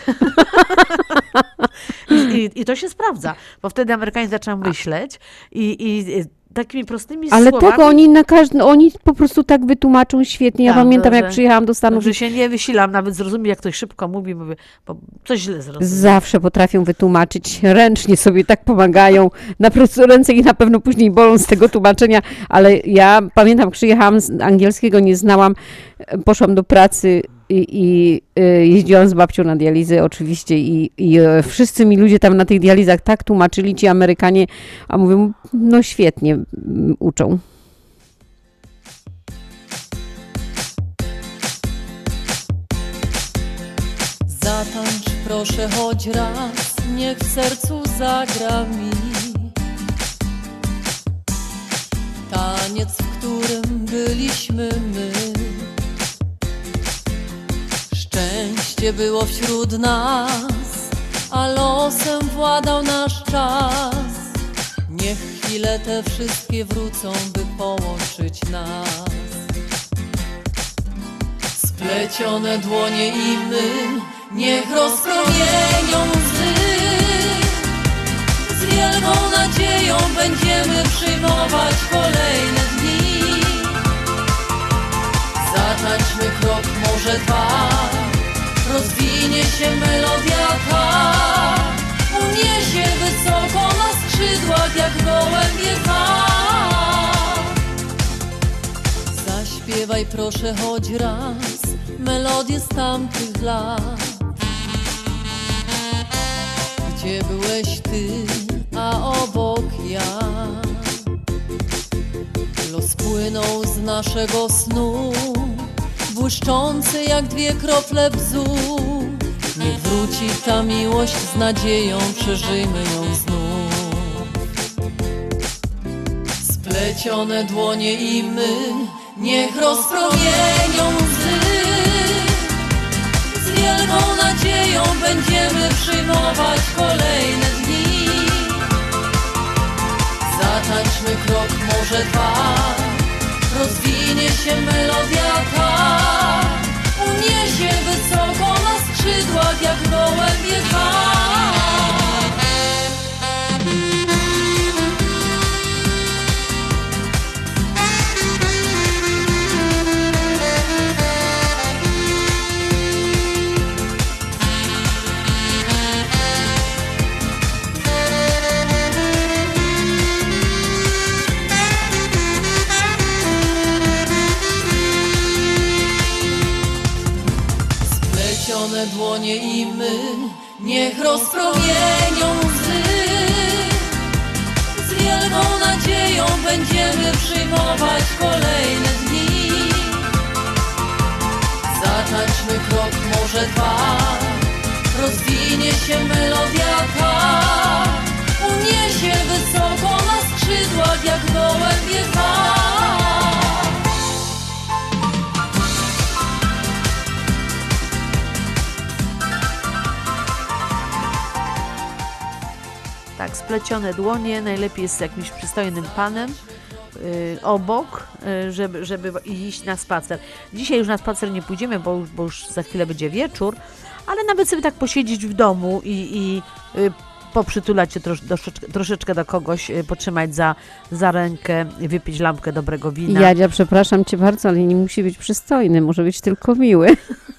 I to się sprawdza, bo wtedy Amerykanie zaczynają myśleć i takimi prostymi ale słowami. Ale tego oni po prostu tak wytłumaczą świetnie. Ja pamiętam, jak przyjechałam do Stanów. Że się nie wysilam, nawet zrozumieć, jak ktoś szybko mówi, bo coś źle zrozumie. Zawsze potrafią wytłumaczyć, ręcznie sobie tak pomagają. Na prostu ręce ich na pewno później bolą z tego tłumaczenia, ale ja pamiętam, przyjechałam z angielskiego, nie znałam, poszłam do pracy i jeździłam z babcią na dializy oczywiście i wszyscy mi ludzie tam na tych dializach tak tłumaczyli, ci Amerykanie, a mówią, no świetnie uczą. Zatańcz proszę choć raz, niech w sercu zagra mi taniec, w którym byliśmy my. Szczęście było wśród nas, a losem władał nasz czas. Niech chwile te wszystkie wrócą, by połączyć nas. Splecione dłonie i my, niech rozpromienią łzy. Z wielką nadzieją będziemy przyjmować kolejne dni. Zatańczmy krok, może dwa, rozwinie się melodia ta. Uniesie wysoko na skrzydłach jak gołębie Zaśpiewaj proszę choć raz melodię z tamtych lat. Gdzie byłeś ty, a obok ja? Los płynął z naszego snu, błyszczący jak dwie krople bzu. Niech wróci ta miłość z nadzieją, przeżyjmy ją znów. Splecione dłonie i my, niech rozpromienią łzy. Z wielką nadzieją będziemy przyjmować kolejne dni. Zatańczmy krok, może dwa, rozwinie się melodia ta. Uniesie wysoko na skrzydłach jak gołębie Splecione dłonie i my, niech rozpromienią łzy. Z wielką nadzieją będziemy przyjmować kolejne dni. Zatańczmy krok, może dwa, rozwinie się melodia ta. Uniesie wysoko na skrzydłach jak gołębie Tak, splecione dłonie, najlepiej jest z jakimś przystojnym panem obok, żeby iść na spacer. Dzisiaj już na spacer nie pójdziemy, bo już za chwilę będzie wieczór, ale nawet sobie tak posiedzieć w domu i poprzytulać się troszeczkę do kogoś, potrzymać za rękę, wypić lampkę dobrego wina. Jadzia, przepraszam cię bardzo, ale nie musi być przystojny, może być tylko miły.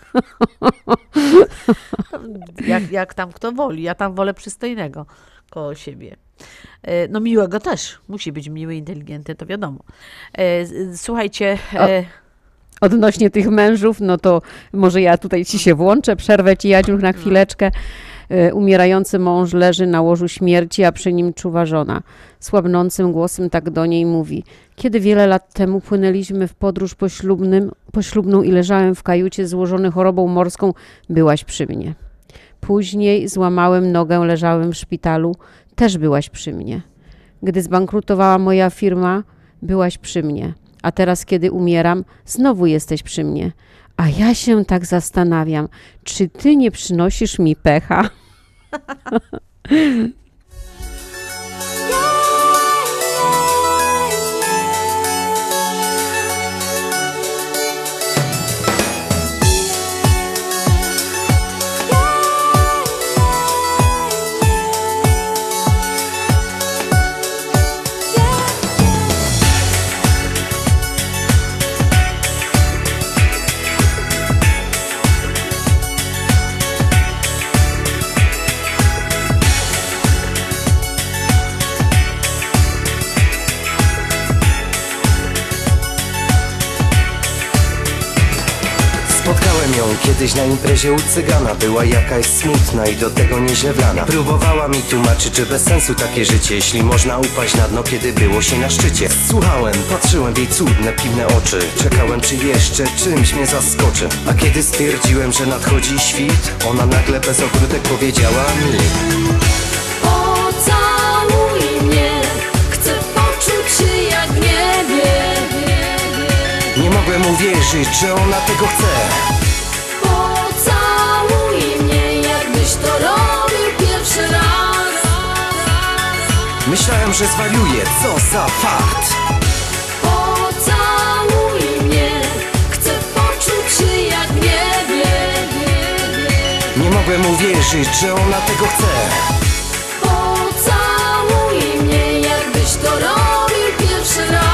Jak tam kto woli, ja tam wolę przystojnego koło siebie. No miłego też, musi być miły, inteligentny, to wiadomo. Słuchajcie... Odnośnie tych mężów, no to może ja tutaj ci się włączę, przerwę ci, Jadziu, na chwileczkę. Umierający mąż leży na łożu śmierci, a przy nim czuwa żona. Słabnącym głosem tak do niej mówi: kiedy wiele lat temu płynęliśmy w podróż poślubną i leżałem w kajucie złożony chorobą morską, byłaś przy mnie. Później złamałem nogę, leżałem w szpitalu, też byłaś przy mnie. Gdy zbankrutowała moja firma, byłaś przy mnie. A teraz, kiedy umieram, znowu jesteś przy mnie. A ja się tak zastanawiam, czy ty nie przynosisz mi pecha? Spotkałem ją kiedyś na imprezie u cygana. Była jakaś smutna i do tego nieźle wlana. Próbowała mi tłumaczyć, że bez sensu takie życie, jeśli można upaść na dno, kiedy było się na szczycie. Słuchałem, patrzyłem w jej cudne, piwne oczy. Czekałem, czy jeszcze czymś mnie zaskoczy. A kiedy stwierdziłem, że nadchodzi świt, ona nagle bez ogródek powiedziała mi: pocałuj mnie, chcę poczuć się jak w niebie. Nie mogłem uwierzyć, że ona tego chce. Pocałuj mnie, jakbyś to robił pierwszy raz. Myślałem, że zwariuję, co za fakt. Pocałuj mnie, chcę poczuć się jak w niebie. Nie mogłem uwierzyć, że ona tego chce. Pocałuj mnie, jakbyś to robił pierwszy raz.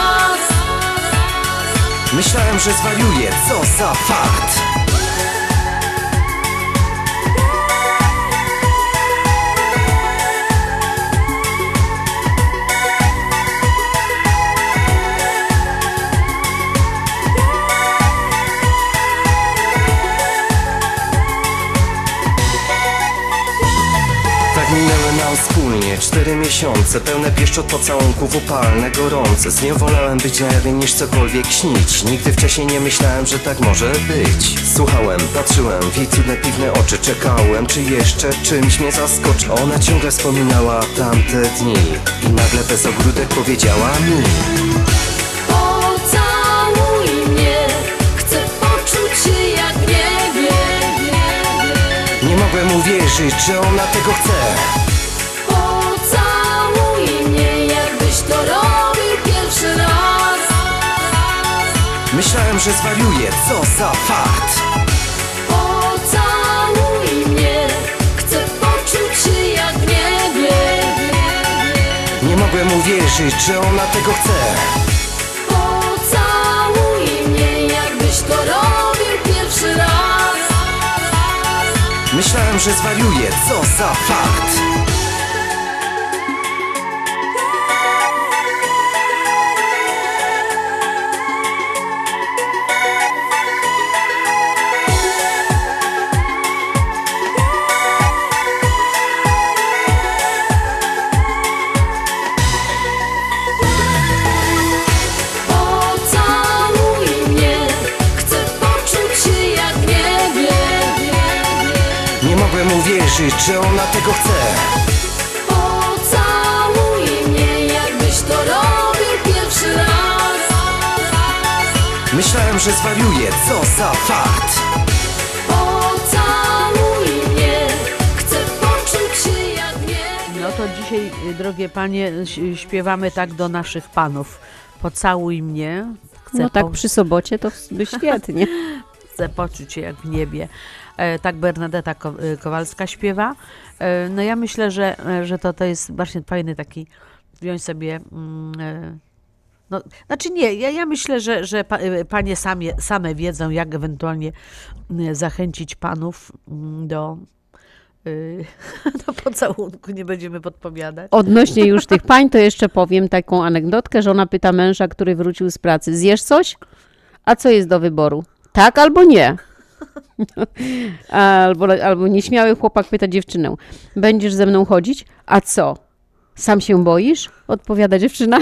Myślałem, że zwariuję, co za fakt. Tak minęły nam wspólnie 4 miesiące, pełne pieszczot pocałunków, upalne, gorące. Z nią wolałem być na jawie niż cokolwiek śnić. Nigdy wcześniej nie myślałem, że tak może być. Słuchałem, patrzyłem w jej cudne, piwne oczy. Czekałem, czy jeszcze czymś mnie zaskoczy. Ona ciągle wspominała tamte dni i nagle bez ogródek powiedziała mi: pocałuj mnie, chcę poczuć się jak w niebie. nie mogłem uwierzyć, że ona tego chce. Pocałuj mnie, jakbyś to robił pierwszy raz. Myślałem, że zwariuję, co za fakt. Pocałuj mnie, chcę poczuć się jak w niebie. Nie mogłem uwierzyć, że ona tego chce. Pocałuj mnie, jakbyś to robił pierwszy raz. Myślałem, że zwariuję, co za fakt. Pocałuj mnie, chcę poczuć się jak w niebie. Nie mogłem uwierzyć, że ona tego chce. Pocałuj mnie, jakbyś to robił pierwszy raz. Myślałem, że zwariuję, co za fakt. Pocałuj mnie, chcę poczuć się jak w niebie. No to dzisiaj, drogie panie, śpiewamy tak do naszych panów. Pocałuj mnie. No tak przy sobocie to by świetnie. Chcę poczuć się jak w niebie. Tak Bernadetta Kowalska śpiewa. No ja myślę, że to jest właśnie fajny taki, wziąć sobie... No, znaczy nie, ja myślę, że panie same wiedzą, jak ewentualnie zachęcić panów do pocałunku, nie będziemy podpowiadać. Odnośnie już tych pań, to jeszcze powiem taką anegdotkę. Żona pyta męża, który wrócił z pracy: zjesz coś? A co jest do wyboru? Tak albo nie? Albo nieśmiały chłopak pyta dziewczynę: będziesz ze mną chodzić? A co? Sam się boisz? Odpowiada dziewczyna.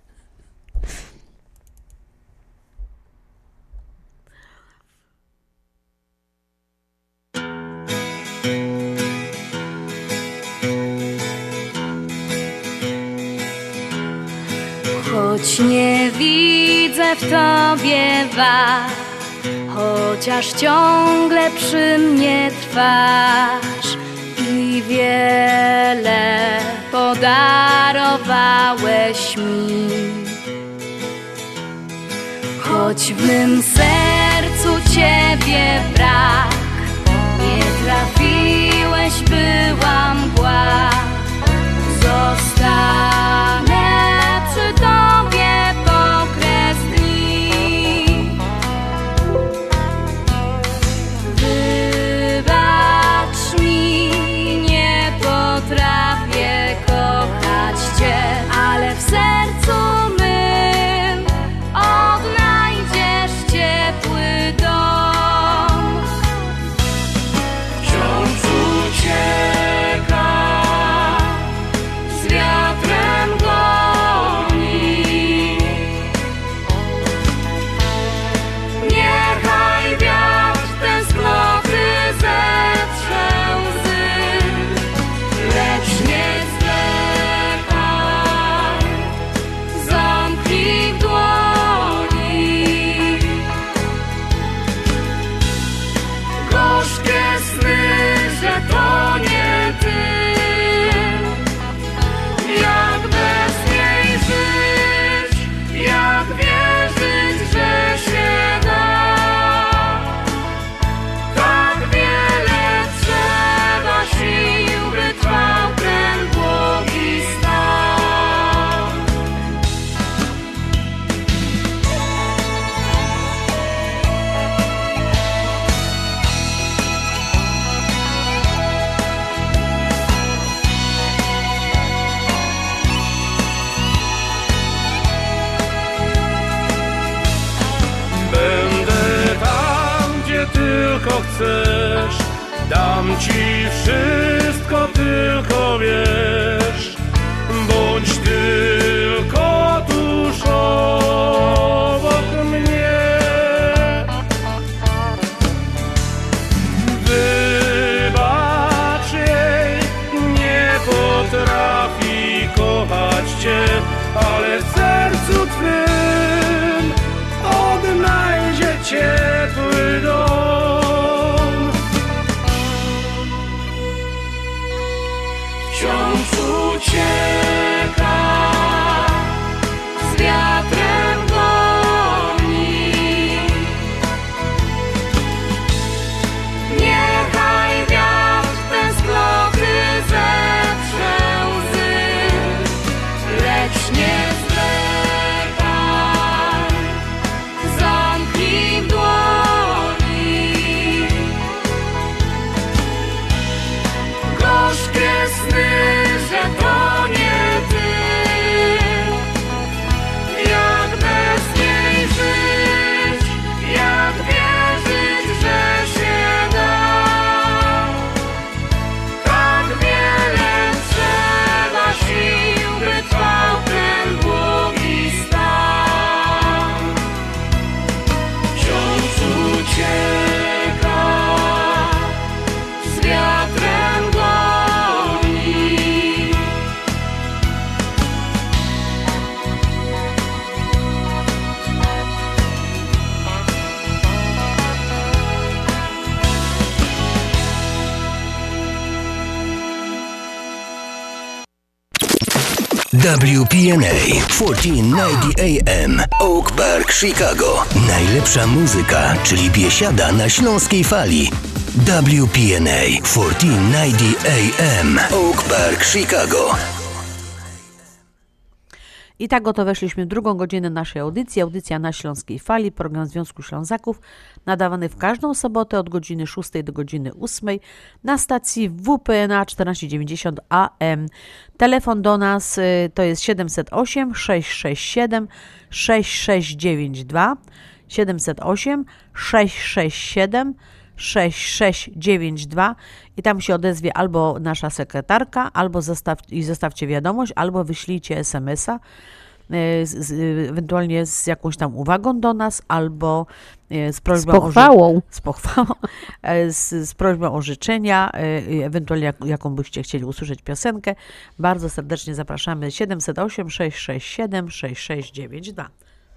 Choć nie widzę w tobie wad, chociaż ciągle przy mnie trwasz i wiele podarowałeś mi. Choć w mym sercu ciebie brak, nie trafiłeś, była mgła. Zostanę przy tobie po kres dni. Wybacz mi, nie potrafię kochać cię, ale w sercu mym odnajdziesz ciepły dom. Wciąż ucieka, z wiatrem goni. Niechaj wiatr tęsknoty zetrze łzy, lecz nie zwlekaj, zamknij w dłoni. Gorzkie sny, że to nie ty. Jak bez niej żyć, jak wierzyć, że się da. Tak wiele trzeba sił, by trwał ten błogi stan. Będę tam, gdzie tylko chcesz. Dam ci wszystko, tylko wiesz. Bądź tylko tuż obok mnie. Wybacz jej, nie potrafi kochać cię, ale w sercu twym odnajdzie ciepły dom. Wciąż WPNA 1490 AM Oak Park, Chicago. Najlepsza muzyka, czyli biesiada na śląskiej fali. WPNA 1490 AM Oak Park, Chicago. I tak oto weszliśmy w drugą godzinę naszej audycji. Audycja na Śląskiej Fali, program Związku Ślązaków, nadawany w każdą sobotę od godziny 6 do godziny 8 na stacji WPNA 1490 AM. Telefon do nas to jest 708 667 6692, 708 667 6692 i tam się odezwie albo nasza sekretarka, albo zostawcie wiadomość, albo wyślijcie SMS-a, ewentualnie z jakąś tam uwagą do nas, albo z prośbą z prośbą o życzenia, ewentualnie jaką byście chcieli usłyszeć piosenkę. Bardzo serdecznie zapraszamy 708 667 6692.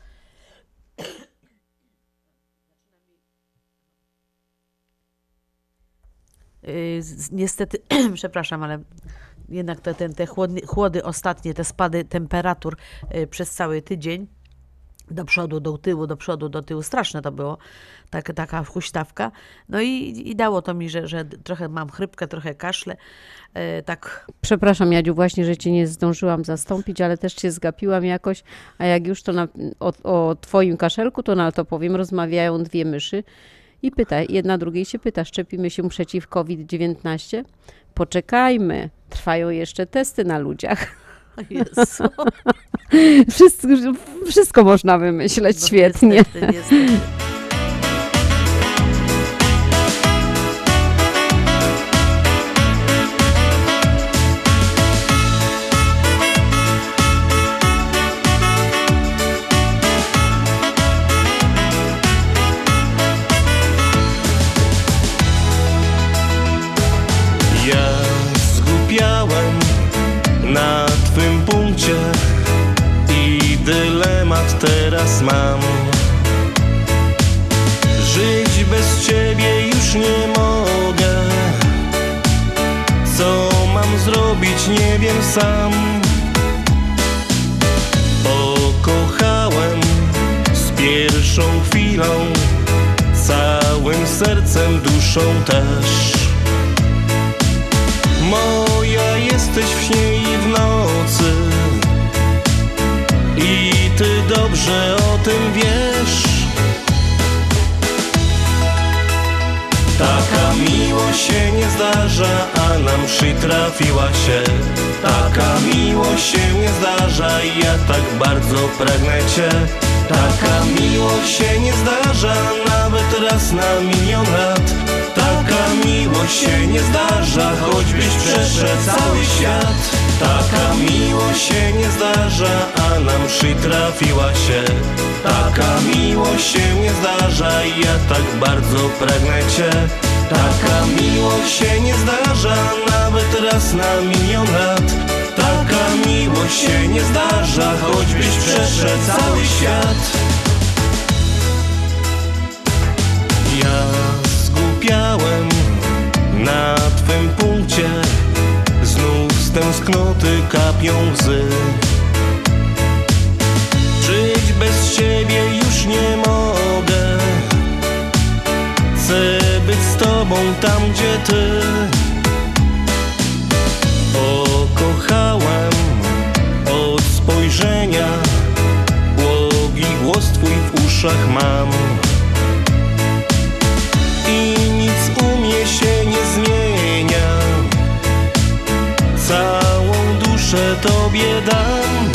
Niestety, przepraszam, ale jednak te chłody ostatnie, te spady temperatur przez cały tydzień, do przodu, do tyłu, do przodu, do tyłu, straszne to było, taka huśtawka. No i dało to mi, że trochę mam chrypkę, trochę kaszle. Tak. Przepraszam, Jadziu, właśnie, że cię nie zdążyłam zastąpić, ale też cię zgapiłam jakoś, a jak już to o twoim kaszelku, to na to powiem, rozmawiają dwie myszy. I jedna drugiej się pyta, szczepimy się przeciw COVID-19? Poczekajmy, trwają jeszcze testy na ludziach. Jezu. Wszystko można wymyśleć świetnie. Niestety. Na twym punkcie i dylemat teraz mam. Żyć bez ciebie już nie mogę. Co mam zrobić, nie wiem sam. Pokochałem z pierwszą chwilą, całym sercem, duszą też. Moja jesteś w śnie i w nocy i ty dobrze o tym wiesz. Taka miłość się nie zdarza, a nam przytrafiła się. Taka miłość się nie zdarza i ja tak bardzo pragnę cię. Taka miłość się nie zdarza nawet raz na milion lat. Taka miłość się nie zdarza, choćbyś przeszedł cały świat. Taka miłość się nie zdarza, a nam przytrafiła się. Taka miłość się nie zdarza i ja tak bardzo pragnę cię. Taka miłość się nie zdarza nawet raz na milion lat. Taka miłość się nie zdarza, choćbyś przeszedł cały świat. Ja zgubiałem na twym punkcie, znów z tęsknoty kapią łzy. Żyć bez ciebie już nie mogę. Chcę być z tobą tam, gdzie ty. Pokochałem od spojrzenia, błogi głos twój w uszach mam. I nic u mnie się nie zmienia, całą duszę tobie dam.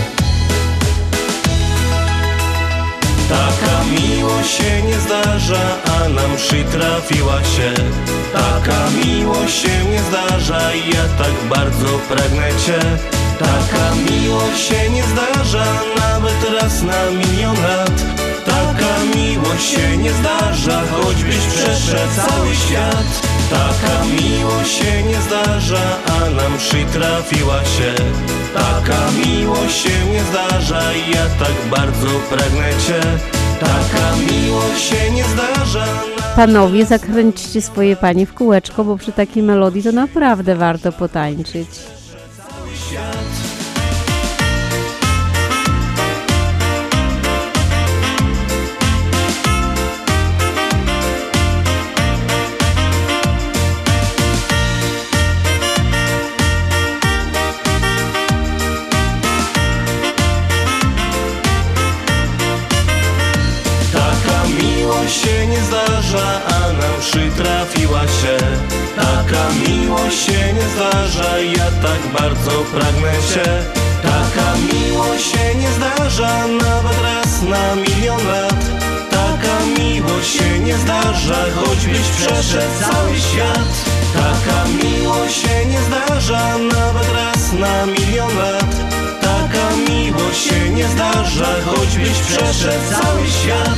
Taka miłość się nie zdarza, a nam przytrafiła się. Taka miłość się nie zdarza i ja tak bardzo pragnę cię. Taka miłość się nie zdarza nawet raz na milion lat. Taka miłość się nie zdarza, choćbyś przeszedł cały świat. Taka miłość się nie zdarza, a nam przytrafiła się. Taka miłość się nie zdarza i ja tak bardzo pragnę cię. Taka miłość się nie zdarza. Panowie, zakręćcie swoje panie w kółeczko, bo przy takiej melodii to naprawdę warto potańczyć. Cały świat. miłość się nie zdarza, a nam przytrafiła się. Taka miłość się nie zdarza, ja tak bardzo pragnę Cię. Taka miłość się nie zdarza, nawet raz na milion lat. Taka miłość się nie zdarza, choćbyś przeszedł cały świat. Taka miłość się nie zdarza, nawet raz na milion lat. Taka miłość się nie zdarza, choćbyś przeszedł cały świat.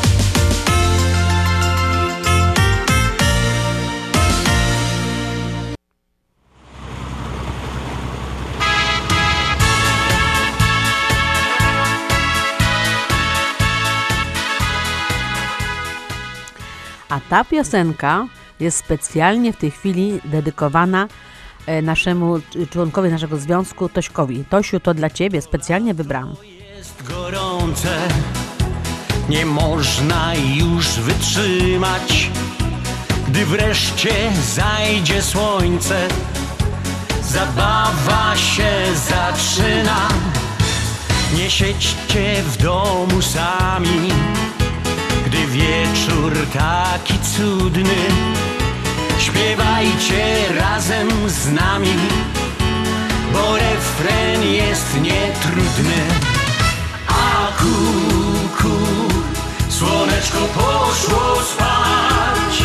A ta piosenka jest specjalnie w tej chwili dedykowana naszemu członkowi naszego związku, Tośkowi. Tosiu, to dla Ciebie specjalnie wybrałam. Jest gorące, nie można już wytrzymać, gdy wreszcie zajdzie słońce, zabawa się zaczyna. Nie siedźcie w domu sami, gdy wieczór taki cudny, śpiewajcie razem z nami, bo refren jest nietrudny. A kuku, słoneczko poszło spać,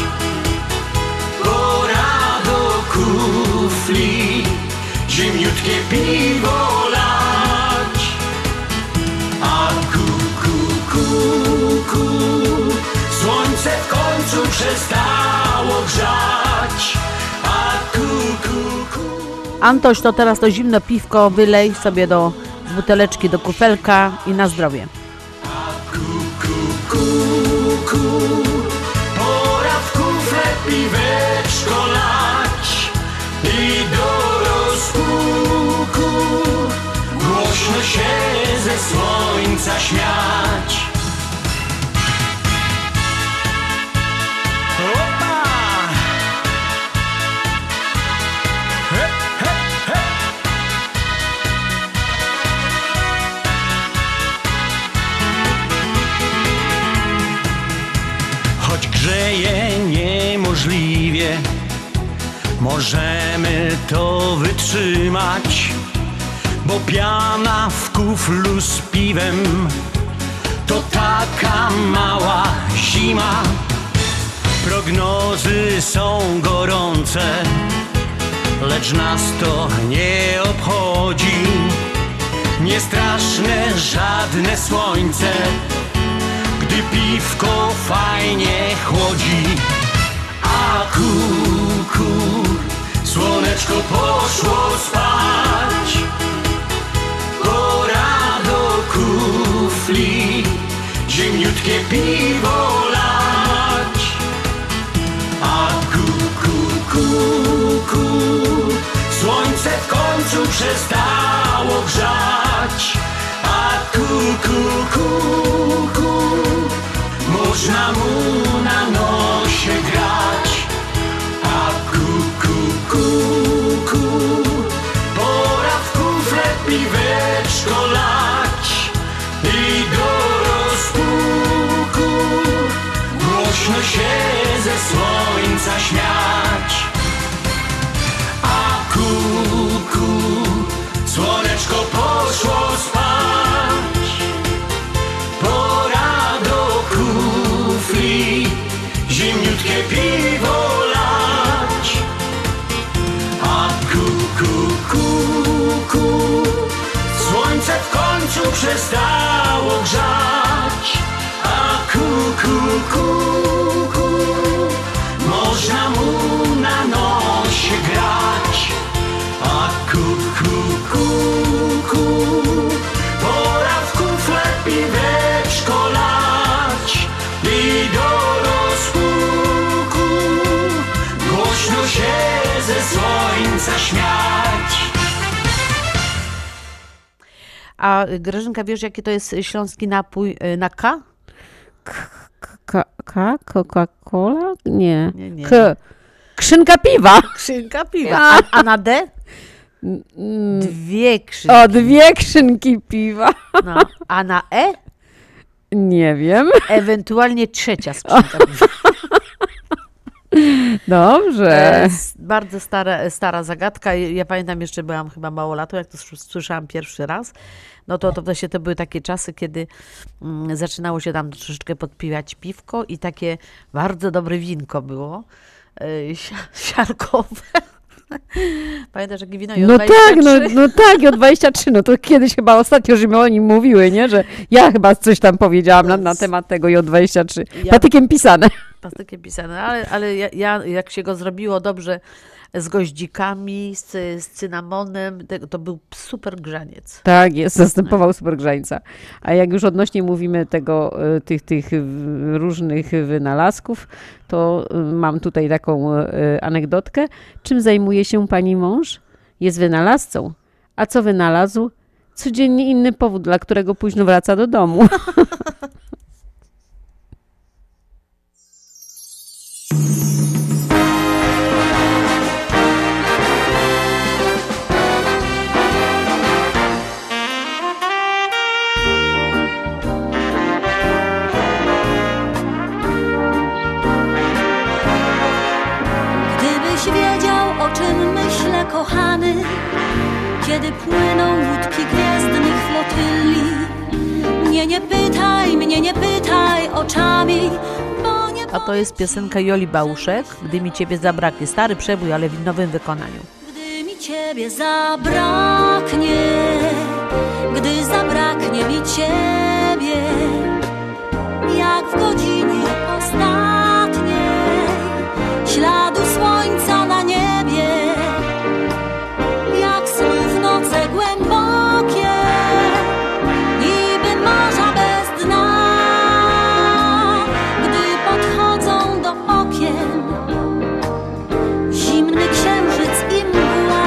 pora do kufli zimniutkie piwo lać. A kuku, kuku, słońce w końcu przestało grzać. A kuku, Antoś, to teraz to zimne piwko wylej sobie z buteleczki do kufelka i na zdrowie. kuku, pora w kufle piweczko lać i do rozpuku głośno się ze słońca śmiać. Opa! He, he, he. Choć grzeje niemożliwie, możemy to wytrzymać, bo piana w kuflu z piwem to taka mała zima. Prognozy są gorące, lecz nas to nie obchodzi. Niestraszne żadne słońce, gdy piwko fajnie chłodzi. A kuku, słoneczko poszło spać, pora do kufli zimniutkie piwo lać. A kuku, kuku, słońce w końcu przestało grzać. A kuku, kuku, można mu na nosie grać. A kuku, kuku, pora w kufle piweczko lać i do rozpuku głośno się ze słońca śmiać. A kuku, słoneczko poszło spać, pora do kufli zimniutkie piwo lać. A kuku, kuku, słońce w końcu przestało grzać. A kuku, kuku, można mu na nosie grać. A kuku, kuku, pora w kufle piweczko lać i do rozpuku głośno się ze słońca śmiać. A Grażynka, wiesz, jaki to jest śląski napój na K? Coca-Cola? Nie. Nie. Krzynka piwa. Krzynka piwa. A na D? Dwie krzynki. O, dwie krzynki piwa. No. A na E? Nie wiem. Ewentualnie trzecia skrzynka. Dobrze. Bardzo stara zagadka. Ja pamiętam, jeszcze byłam chyba małolatą, jak to słyszałam pierwszy raz. No to właśnie to były takie czasy, kiedy zaczynało się tam troszeczkę podpiwać piwko i takie bardzo dobre winko było, siarkowe. Pamiętasz, jakie wino? No tak, no tak, J23. No to kiedyś chyba ostatnio, żeśmy o nim mówiły, nie? Że ja chyba coś tam powiedziałam na temat tego J23. Patykiem pisane. Patykiem pisane, ale ja jak się go zrobiło dobrze z goździkami, z cynamonem, to był super grzaniec. Tak jest, zastępował super grzańca. A jak już odnośnie mówimy tych różnych wynalazków, to mam tutaj taką anegdotkę. Czym zajmuje się pani mąż? Jest wynalazcą. A co wynalazł? Codziennie inny powód, dla którego późno wraca do domu. O czym myślę, kochany, kiedy płyną łódki gwiezdnych flotyli? Mnie nie pytaj oczami, bo nie... A to jest piosenka Joli Bałuszek, Gdy mi ciebie zabraknie. Stary przebój, ale w nowym wykonaniu. Gdy mi ciebie zabraknie, gdy zabraknie mi ciebie, jak w godzinie ostatniej, śladu słońca na niebie, jak snów noce głębokie, niby morza bez dna, gdy podchodzą do okien zimny księżyc i mgła.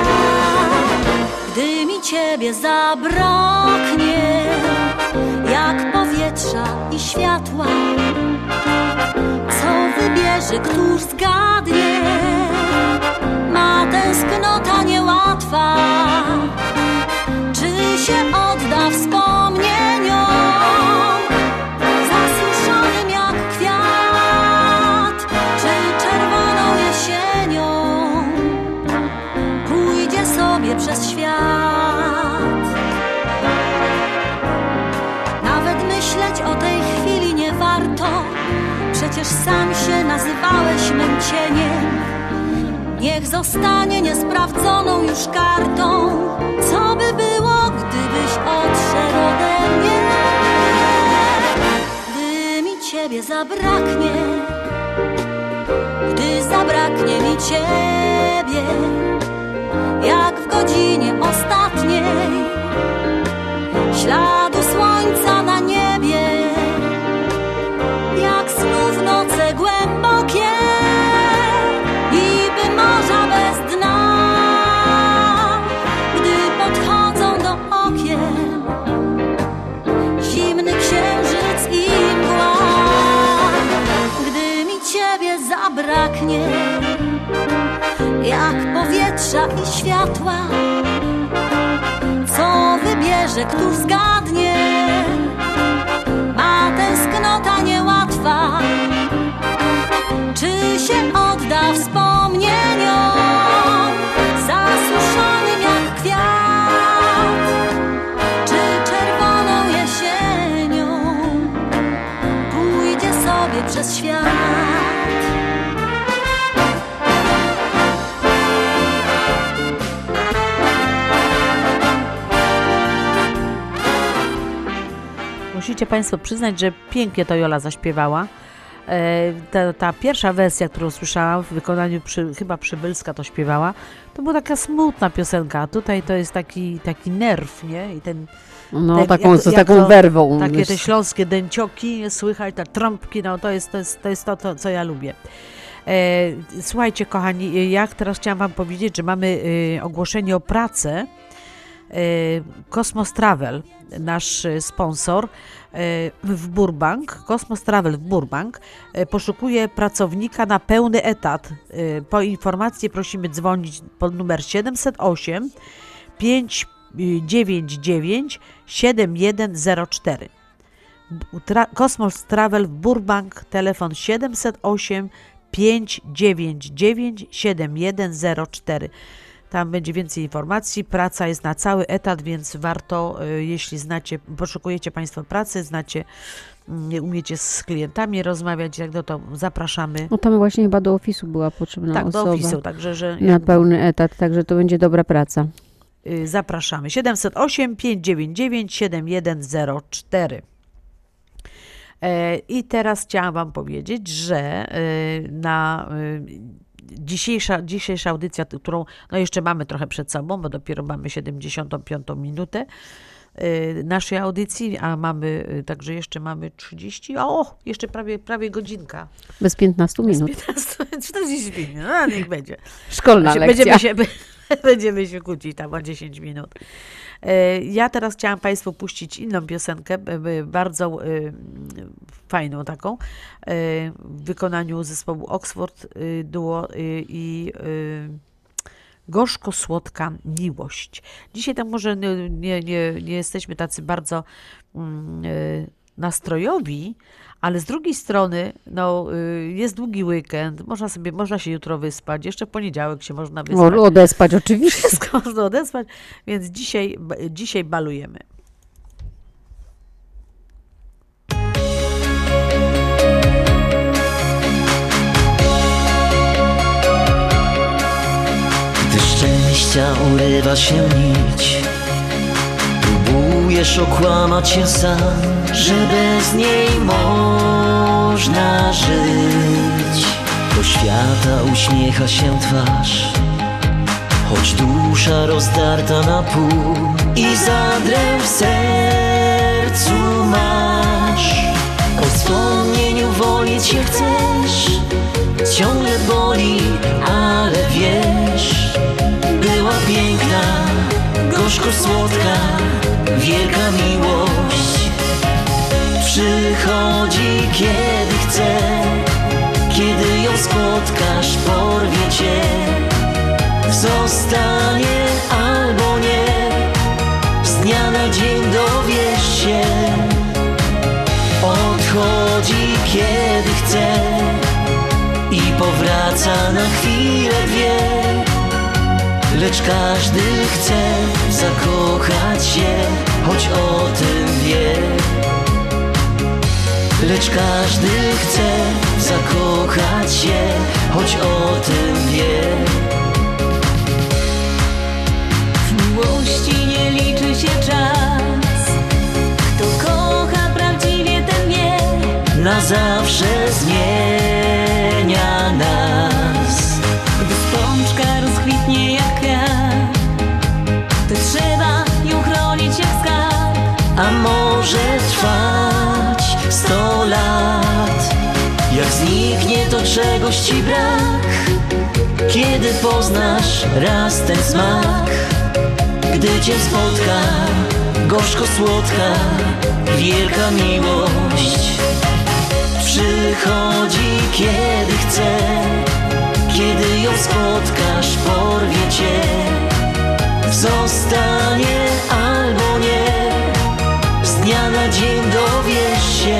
Gdy mi ciebie zabraknie, jak powietrza i światła, co wybierze, któż zgadnie? Ma tęsknota niełatwa, czy się odda wspomnieniom zasuszonym jak kwiat, czy czerwoną jesienią pójdzie sobie przez świat. Nawet myśleć o tej chwili nie warto, przecież sam się nazywałeś mym cieniem. Niech zostanie niesprawdzoną już kartą, co by było, gdybyś odszedł ode mnie. Gdy mi ciebie zabraknie, gdy zabraknie mi ciebie, jak w godzinie ostatniej, śladu słońca na niebie, jak snów noce głębokie, niby morza bez dna, gdy podchodzą do okien zimny księżyc i mgła. Gdy mi ciebie zabraknie, jak powietrza i światła, co wybierze, któż zgadnie? Ma tęsknota niełatwa, czy się odda wspomnieniom zasuszonym jak kwiat, czy czerwoną jesienią pójdzie sobie przez świat. Musicie Państwo przyznać, że pięknie to Jola zaśpiewała. Ta pierwsza wersja, którą słyszałam w wykonaniu, chyba Przybylska to śpiewała, to była taka smutna piosenka, a tutaj to jest taki nerw, nie? I ten, no, taką werwą. Takie te śląskie dęcioki, słychać, te trąbki, no to jest to, co ja lubię. Słuchajcie, kochani, ja teraz chciałam Wam powiedzieć, że mamy ogłoszenie o pracę. Kosmos Travel, nasz sponsor w Burbank, Kosmos Travel w Burbank poszukuje pracownika na pełny etat. Po informację prosimy dzwonić pod numer 708 599 7104. Kosmos Travel w Burbank, telefon 708 599 7104. Tam będzie więcej informacji. Praca jest na cały etat, więc warto, jeśli poszukujecie Państwo pracy, umiecie z klientami rozmawiać, jak to zapraszamy. No tam właśnie chyba do ofisu była potrzebna osoba. Tak, do ofisu, także że na pełny etat, także to będzie dobra praca. Zapraszamy. 708 599 7104. I teraz chciałam Wam powiedzieć, że dzisiejsza audycja, którą jeszcze mamy trochę przed sobą, bo dopiero mamy 75. minutę naszej audycji, a mamy także jeszcze mamy 30, jeszcze prawie godzinka. Bez 15 minut. Bez 15, 40 minut, no niech będzie. Szkolna lekcja. Będziemy się kłócić tam o 10 minut. Ja teraz chciałam Państwu puścić inną piosenkę, bardzo fajną taką, w wykonaniu zespołu Oxford Duo i Gorzko-słodka miłość. Dzisiaj tam może nie jesteśmy tacy bardzo nastrojowi, ale z drugiej strony jest długi weekend, można się jutro wyspać, jeszcze w poniedziałek się można wyspać. Odespać oczywiście. Wszystko można odespać, więc dzisiaj balujemy. Gdy szczęścia urywa się nić, próbujesz okłamać się sam, że bez niej można żyć. Do świata uśmiecha się twarz, choć dusza rozdarta na pół i zadrę w sercu masz. O wspomnieniu uwolnić się chcesz, ciągle boli, ale wiesz, była piękna, gorzko-słodka, wielka miłość. Przychodzi kiedy chce, kiedy ją spotkasz, porwie cię. Zostanie albo nie, z dnia na dzień dowiesz się. Odchodzi kiedy chce i powraca na chwilę dwie. Lecz każdy chce zakochać się, choć o tym wie. Lecz każdy chce zakochać się, choć o tym wie. W miłości nie liczy się czas, kto kocha prawdziwie, ten wie. Na zawsze zmienia nas. Gdy spączka rozkwitnie jak kwiat, to trzeba ją chronić jak skarb. A może trwać 100 lat. Jak zniknie to czegoś ci brak, kiedy poznasz raz ten smak. Gdy cię spotka gorzko-słodka, wielka miłość. Przychodzi kiedy chce, kiedy ją spotkasz, porwie cię. Zostanie albo nie, z dnia na dzień dowiesz się.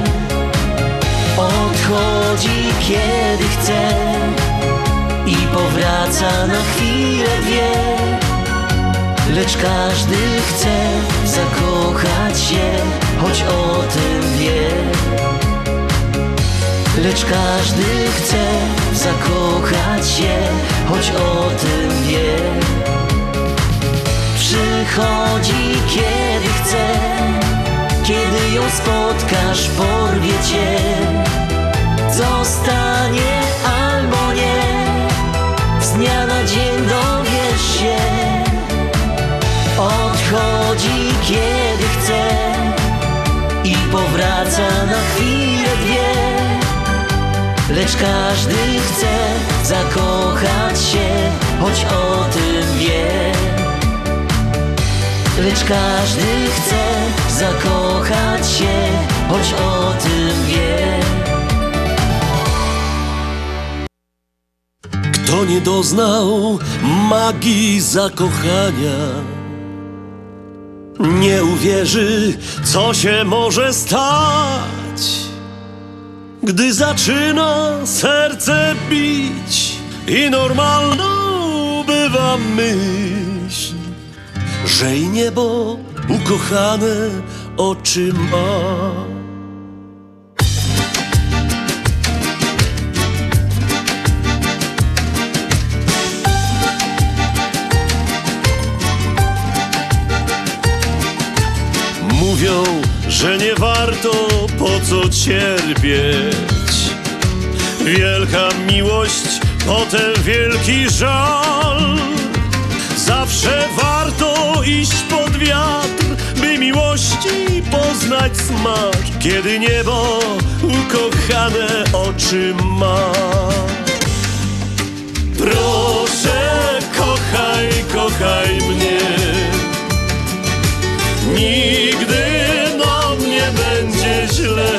Odchodzi kiedy chce i powraca na chwilę dwie. Lecz każdy chce zakochać się, choć o tym wie. Lecz każdy chce zakochać się, choć o tym wie. Przychodzi kiedy chce, kiedy ją spotkasz, porwie cię. Zostanie albo nie, z dnia na dzień dowiesz się. Odchodzi kiedy chce i powraca na chwilę dwie. Lecz każdy chce zakochać się, choć o tym wie. Lecz każdy chce zakochać się, choć o tym wie. Kto nie doznał magii zakochania, nie uwierzy, co się może stać, gdy zaczyna serce bić i normalną bywa myśl, że i niebo ukochane oczy ma. Mówią, że nie warto po co cierpieć. Wielka miłość, potem wielki żal. Zawsze warto iść pod wiatr, by miłości poznać smak, kiedy niebo ukochane oczy ma. Proszę, kochaj, kochaj mnie. Nigdy nam nie będzie źle,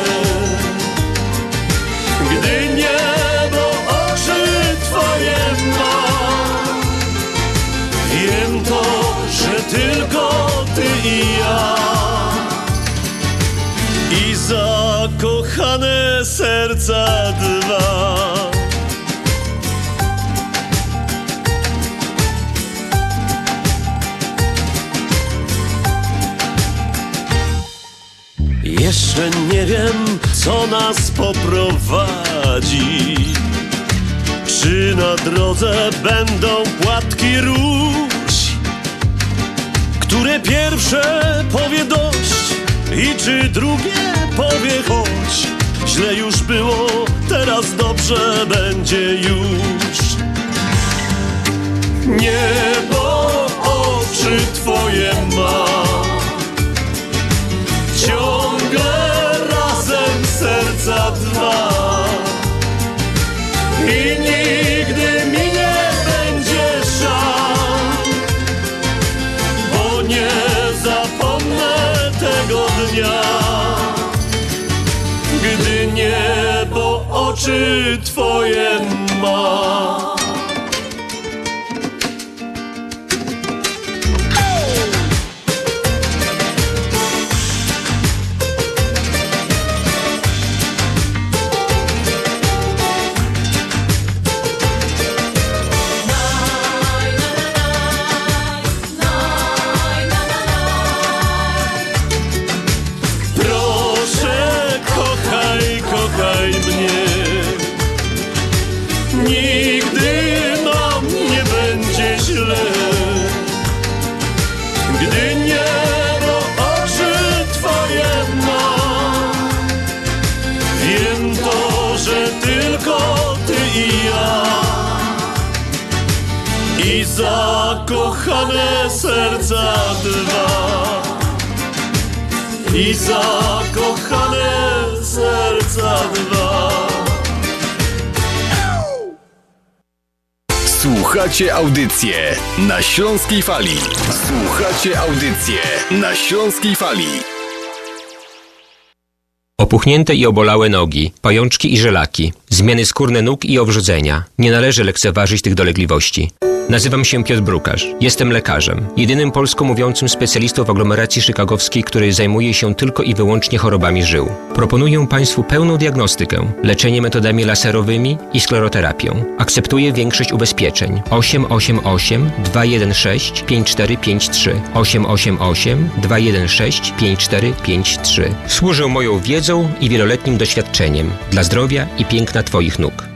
gdy niebo oczy Twoje ma. Wiem to, że tylko Ty i ja i zakochane serca dwa. Jeszcze nie wiem, co nas poprowadzi. Czy na drodze będą płatki róż, które pierwsze powie dość i czy drugie powie chodź. Źle już było, teraz dobrze będzie już. Niebo oczy Twoje ma, ciągle razem serca dwa i nigdy mi nie będzie żal, bo nie zapomnę tego dnia, gdy niebo oczy Twoje ma. I zakochane serca dwa, i zakochane serca dwa. Słuchacie audycję na Śląskiej Fali. Słuchacie audycję na Śląskiej Fali. Opuchnięte i obolałe nogi, pajączki i żelaki, zmiany skórne nóg i owrzodzenia. Nie należy lekceważyć tych dolegliwości. Nazywam się Piotr Brukarz. Jestem lekarzem. Jedynym polsko mówiącym specjalistą w aglomeracji chicagowskiej, który zajmuje się tylko i wyłącznie chorobami żył. Proponuję Państwu pełną diagnostykę, leczenie metodami laserowymi i skleroterapią. Akceptuję większość ubezpieczeń. 888 216 5453 888 216 5453. Służę moją wiedzą i wieloletnim doświadczeniem dla zdrowia i piękna Twoich nóg.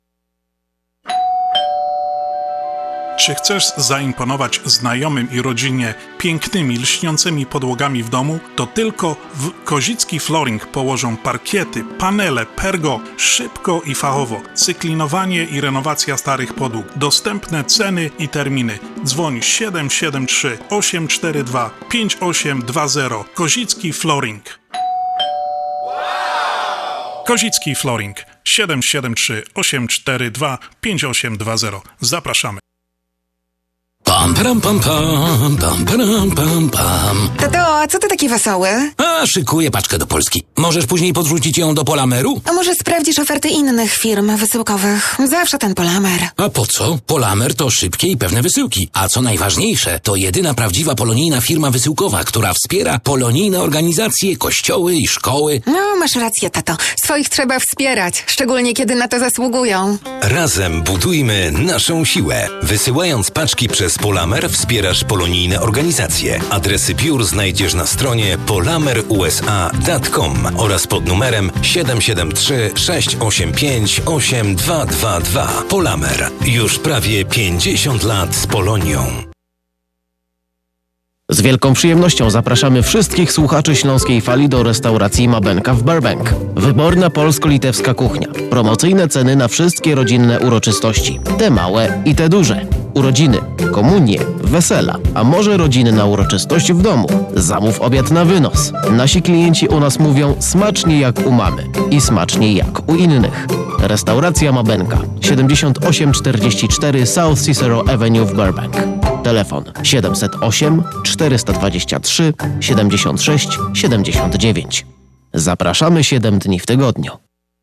Czy chcesz zaimponować znajomym i rodzinie pięknymi, lśniącymi podłogami w domu? To tylko w Kozicki Flooring położą parkiety, panele, pergo, szybko i fachowo. Cyklinowanie i renowacja starych podłóg. Dostępne ceny i terminy. Dzwoń 773 842 5820. Kozicki Flooring. Kozicki Flooring 773 842 5820. Zapraszamy. Pam, pam, pam, pam, pam, pam, pam, pam. Tato, a co ty taki wesoły? A, szykuję paczkę do Polski. Możesz później podrzucić ją do Polameru? A może sprawdzisz oferty innych firm wysyłkowych? Zawsze ten Polamer. A po co? Polamer to szybkie i pewne wysyłki. A co najważniejsze, to jedyna prawdziwa polonijna firma wysyłkowa, która wspiera polonijne organizacje, kościoły i szkoły. No, masz rację, tato. Swoich trzeba wspierać, szczególnie kiedy na to zasługują. Razem budujmy naszą siłę. Wysyłając paczki przez Polamer wspierasz polonijne organizacje. Adresy biur znajdziesz na stronie polamerusa.com oraz pod numerem 773 685 8222. Polamer. Już prawie 50 lat z Polonią. Z wielką przyjemnością zapraszamy wszystkich słuchaczy Śląskiej Fali do restauracji Mabenka w Burbank. Wyborna polsko-litewska kuchnia. Promocyjne ceny na wszystkie rodzinne uroczystości. Te małe i te duże. Urodziny, komunie, wesela, a może rodzinna uroczystość w domu. Zamów obiad na wynos. Nasi klienci u nas mówią smacznie jak u mamy i smacznie jak u innych. Restauracja Mabenka, 7844 South Cicero Avenue w Burbank. Telefon 708 423 76 79. Zapraszamy 7 dni w tygodniu.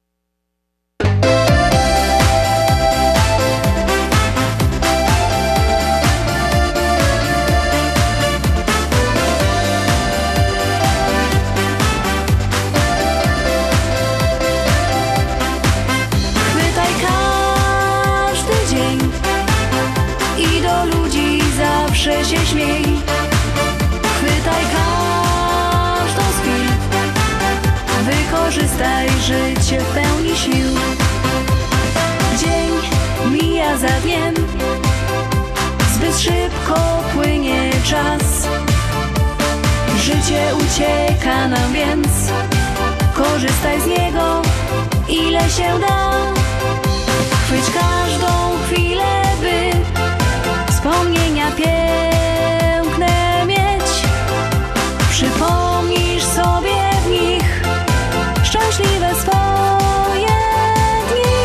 Chwytaj każdy dzień i do ludzi zawsze się śmiej. Chwytaj każdą z chwil, wykorzystaj życie w pełni sił. Dzień mija za dniem, zbyt szybko płynie czas. Życie ucieka nam, więc korzystaj z niego ile się da. Chwyć każdą chwilę, by wspomnienia piękne mieć. Przypomnisz sobie w nich szczęśliwe swoje dni.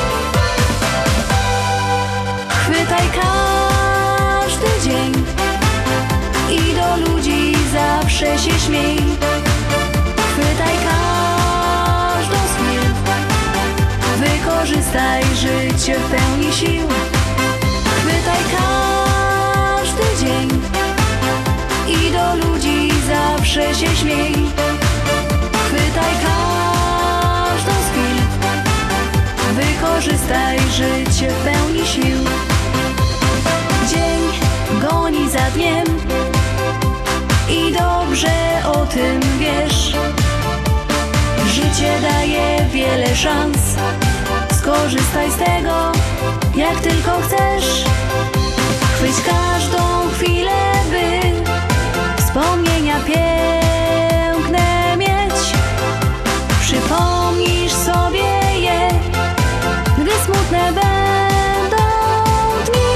Chwytaj każdy dzień i do ludzi zawsze się śmiej. Chwytaj każdą z chwil, wykorzystaj życie w pełni sił. Chwytaj każdy dzień i do ludzi zawsze się śmiej. Chwytaj każdą z chwil, wykorzystaj życie w pełni sił. Dzień goni za dniem i dobrze o tym wiesz. Życie daje wiele szans, skorzystaj z tego jak tylko chcesz. Chwyć każdą chwilę, by wspomnienia piękne mieć. Przypomnisz sobie je, gdy smutne będą dni.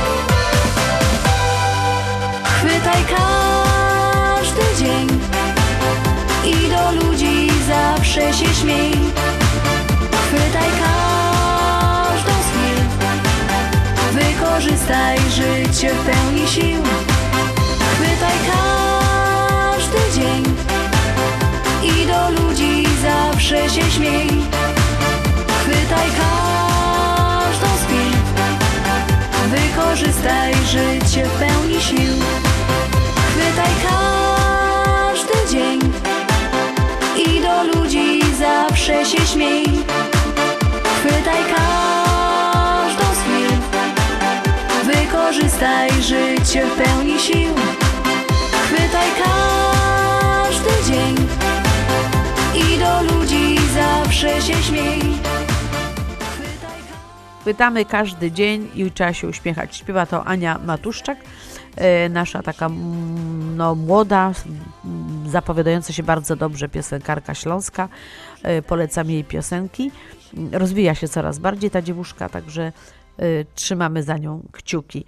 Chwytaj każdy dzień i do ludzi zawsze się śmiej. Chwytaj każdą z chwil, wykorzystaj życie w pełni sił. Chwytaj każdy dzień i do ludzi zawsze się śmiej. Chwytaj każdą z chwil, wykorzystaj życie w pełni sił. Chwytaj każdy dzień i do ludzi zawsze się śmiej. Chwytaj każdą z chwil, wykorzystaj życie w pełni sił. Chwytaj każdy dzień i do ludzi zawsze się śmiej. Chwytamy każdy dzień i trzeba się uśmiechać. Śpiewa to Ania Matuszczak, nasza taka młoda, zapowiadająca się bardzo dobrze piosenkarka śląska. Polecam jej piosenki. Rozwija się coraz bardziej ta dziewuszka, także trzymamy za nią kciuki.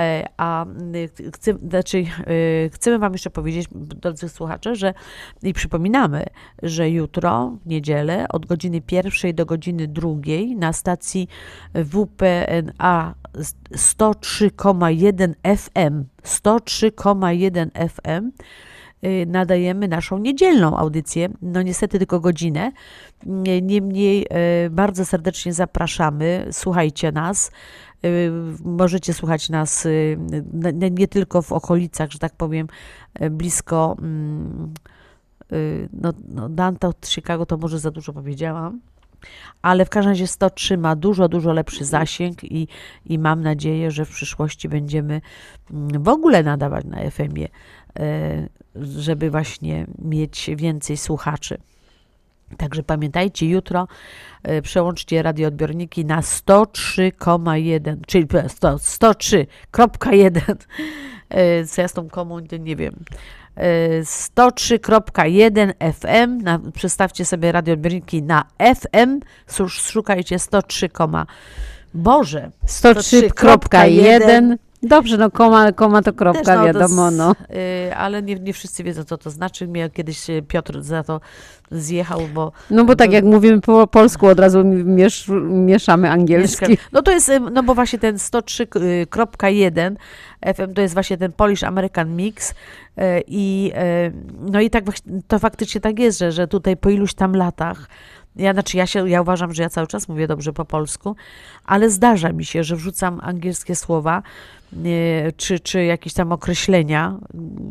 Chcemy Wam jeszcze powiedzieć, drodzy słuchacze, że i przypominamy, że jutro, w niedzielę, od godziny 1 do godziny 2 na stacji WPNA 103,1 FM. 103,1 FM. Nadajemy naszą niedzielną audycję, no niestety tylko godzinę. Niemniej bardzo serdecznie zapraszamy, słuchajcie nas. Możecie słuchać nas nie tylko w okolicach, że tak powiem, blisko Downtown Chicago, to może za dużo powiedziałam, ale w każdym razie 103 ma dużo lepszy zasięg i mam nadzieję, że w przyszłości będziemy w ogóle nadawać na FM-ie, żeby właśnie mieć więcej słuchaczy. Także pamiętajcie, jutro przełączcie radioodbiorniki na 103,1, czyli 103,1. Co ja z tą komą, nie wiem. 103,1 FM. Przestawcie sobie radioodbiorniki na FM. Szukajcie 103, Boże. 103,1. Dobrze, no koma to kropka, też, wiadomo. Ale nie wszyscy wiedzą, co to znaczy. Mnie kiedyś Piotr za to zjechał, bo... No bo tak jak mówimy po polsku, od razu mieszamy angielski. No to jest, no bo właśnie ten 103,1 FM to jest właśnie ten Polish American Mix no i tak to faktycznie tak jest, że tutaj po iluś tam latach ja uważam, że ja cały czas mówię dobrze po polsku, ale zdarza mi się, że wrzucam angielskie słowa, czy jakieś tam określenia,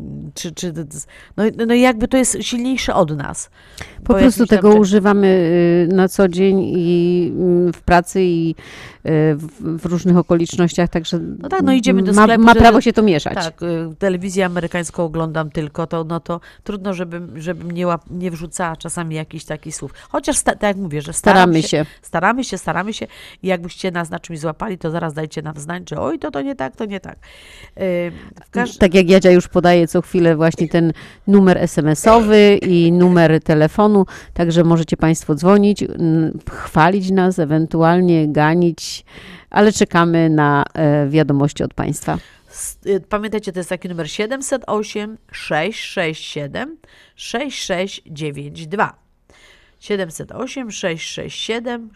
no jakby to jest silniejsze od nas. Po prostu tego używamy na co dzień i w pracy i w różnych okolicznościach, także no tak, no idziemy do sklepu, ma prawo się to mieszać. Tak, telewizję amerykańską oglądam tylko, to trudno, żebym nie wrzucała czasami jakichś takich słów. Chociaż tak jak mówię, że staramy się i jakbyście nas na czymś złapali, to zaraz dajcie nam znać, że oj, to nie tak, to nie tak. Tak jak Jadzia już podaje co chwilę właśnie ten numer SMS-owy i numer telefonu, także możecie Państwo dzwonić, chwalić nas, ewentualnie ganić, ale czekamy na wiadomości od Państwa. Pamiętajcie, to jest taki numer 708 667 6692. 708 667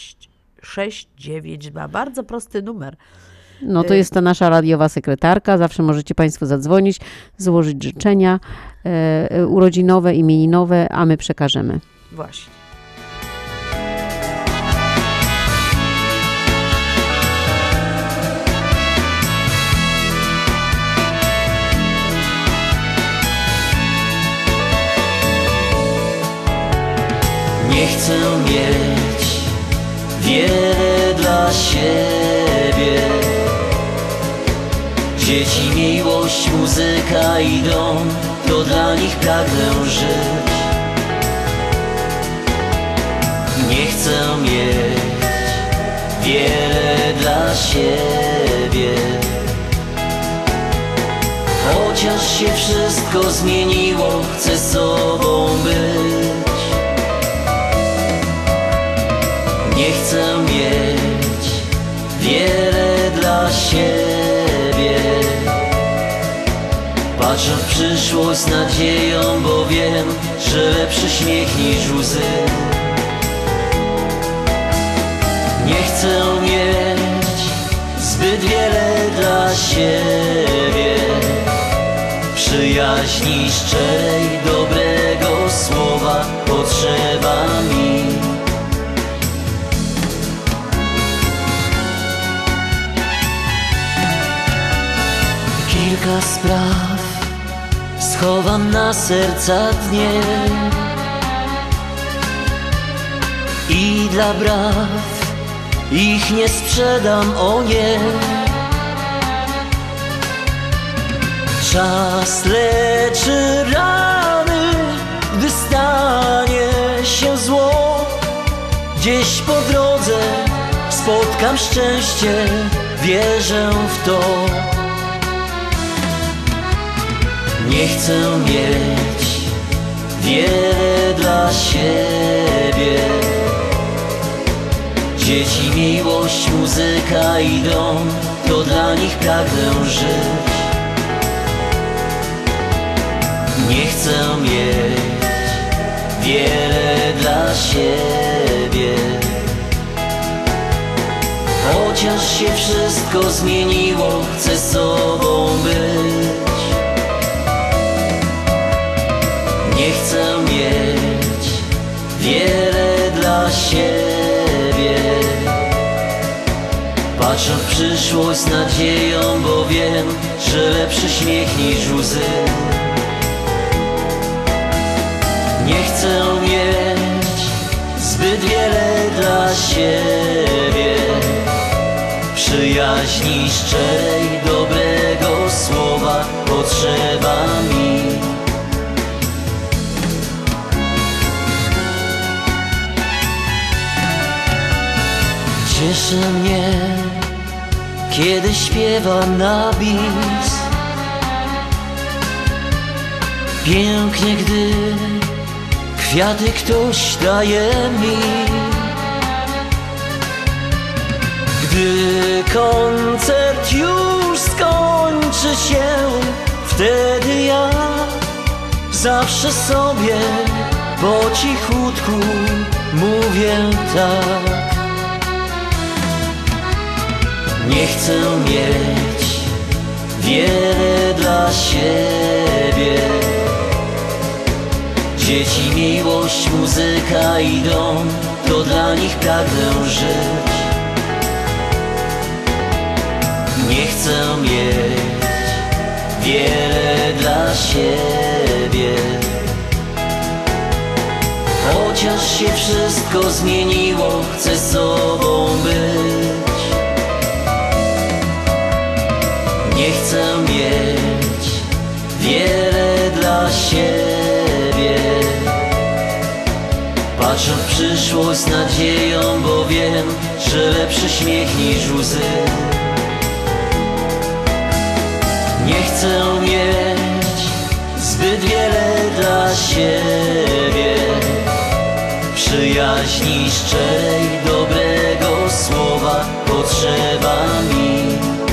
6692. Bardzo prosty numer. No to jest ta nasza radiowa sekretarka. Zawsze możecie Państwo zadzwonić, złożyć życzenia urodzinowe, imieninowe, a my przekażemy. Właśnie. Nie chcę mieć wiele dla siebie. Dzieci, miłość, muzyka i dom, to dla nich pragnę żyć. Nie chcę mieć wiele dla siebie. Chociaż się wszystko zmieniło, chcę sobą być. Nie chcę mieć wiele dla siebie. Patrzę w przyszłość z nadzieją, bo wiem, że lepszy śmiech niż łzy. Nie chcę mieć zbyt wiele dla siebie. Przyjaźni szczerej, dobrego słowa potrzeba mi. Kilka spraw schowam na serca dnie i dla braw ich nie sprzedam, o nie. Czas leczy rany, gdy stanie się zło. Gdzieś po drodze spotkam szczęście, wierzę w to. Nie chcę mieć wiele dla siebie. Dzieci, miłość, muzyka i dom, to dla nich pragnę żyć. Nie chcę mieć wiele dla siebie. Chociaż się wszystko zmieniło, chcę sobą być. Nie chcę mieć wiele dla siebie. Patrzę w przyszłość z nadzieją, bo wiem, że lepszy śmiech niż łzy. Nie chcę mieć zbyt wiele dla siebie. Przyjaźni szczerej, dobrego słowa potrzeba mi. Cieszy mnie, kiedy śpiewa na bis. Pięknie, gdy kwiaty ktoś daje mi. Gdy koncert już skończy się, wtedy ja zawsze sobie po cichutku mówię tak. Nie chcę mieć wiele dla siebie. Dzieci, miłość, muzyka i dom, to dla nich pragnę żyć. Nie chcę mieć wiele dla siebie. Chociaż się wszystko zmieniło, chcę sobą być. Nie chcę mieć wiele dla siebie. Patrzę w przyszłość z nadzieją, bo wiem, że lepszy śmiech niż łzy. Nie chcę mieć zbyt wiele dla siebie. Przyjaźni szczerej, dobrego słowa potrzeba mi.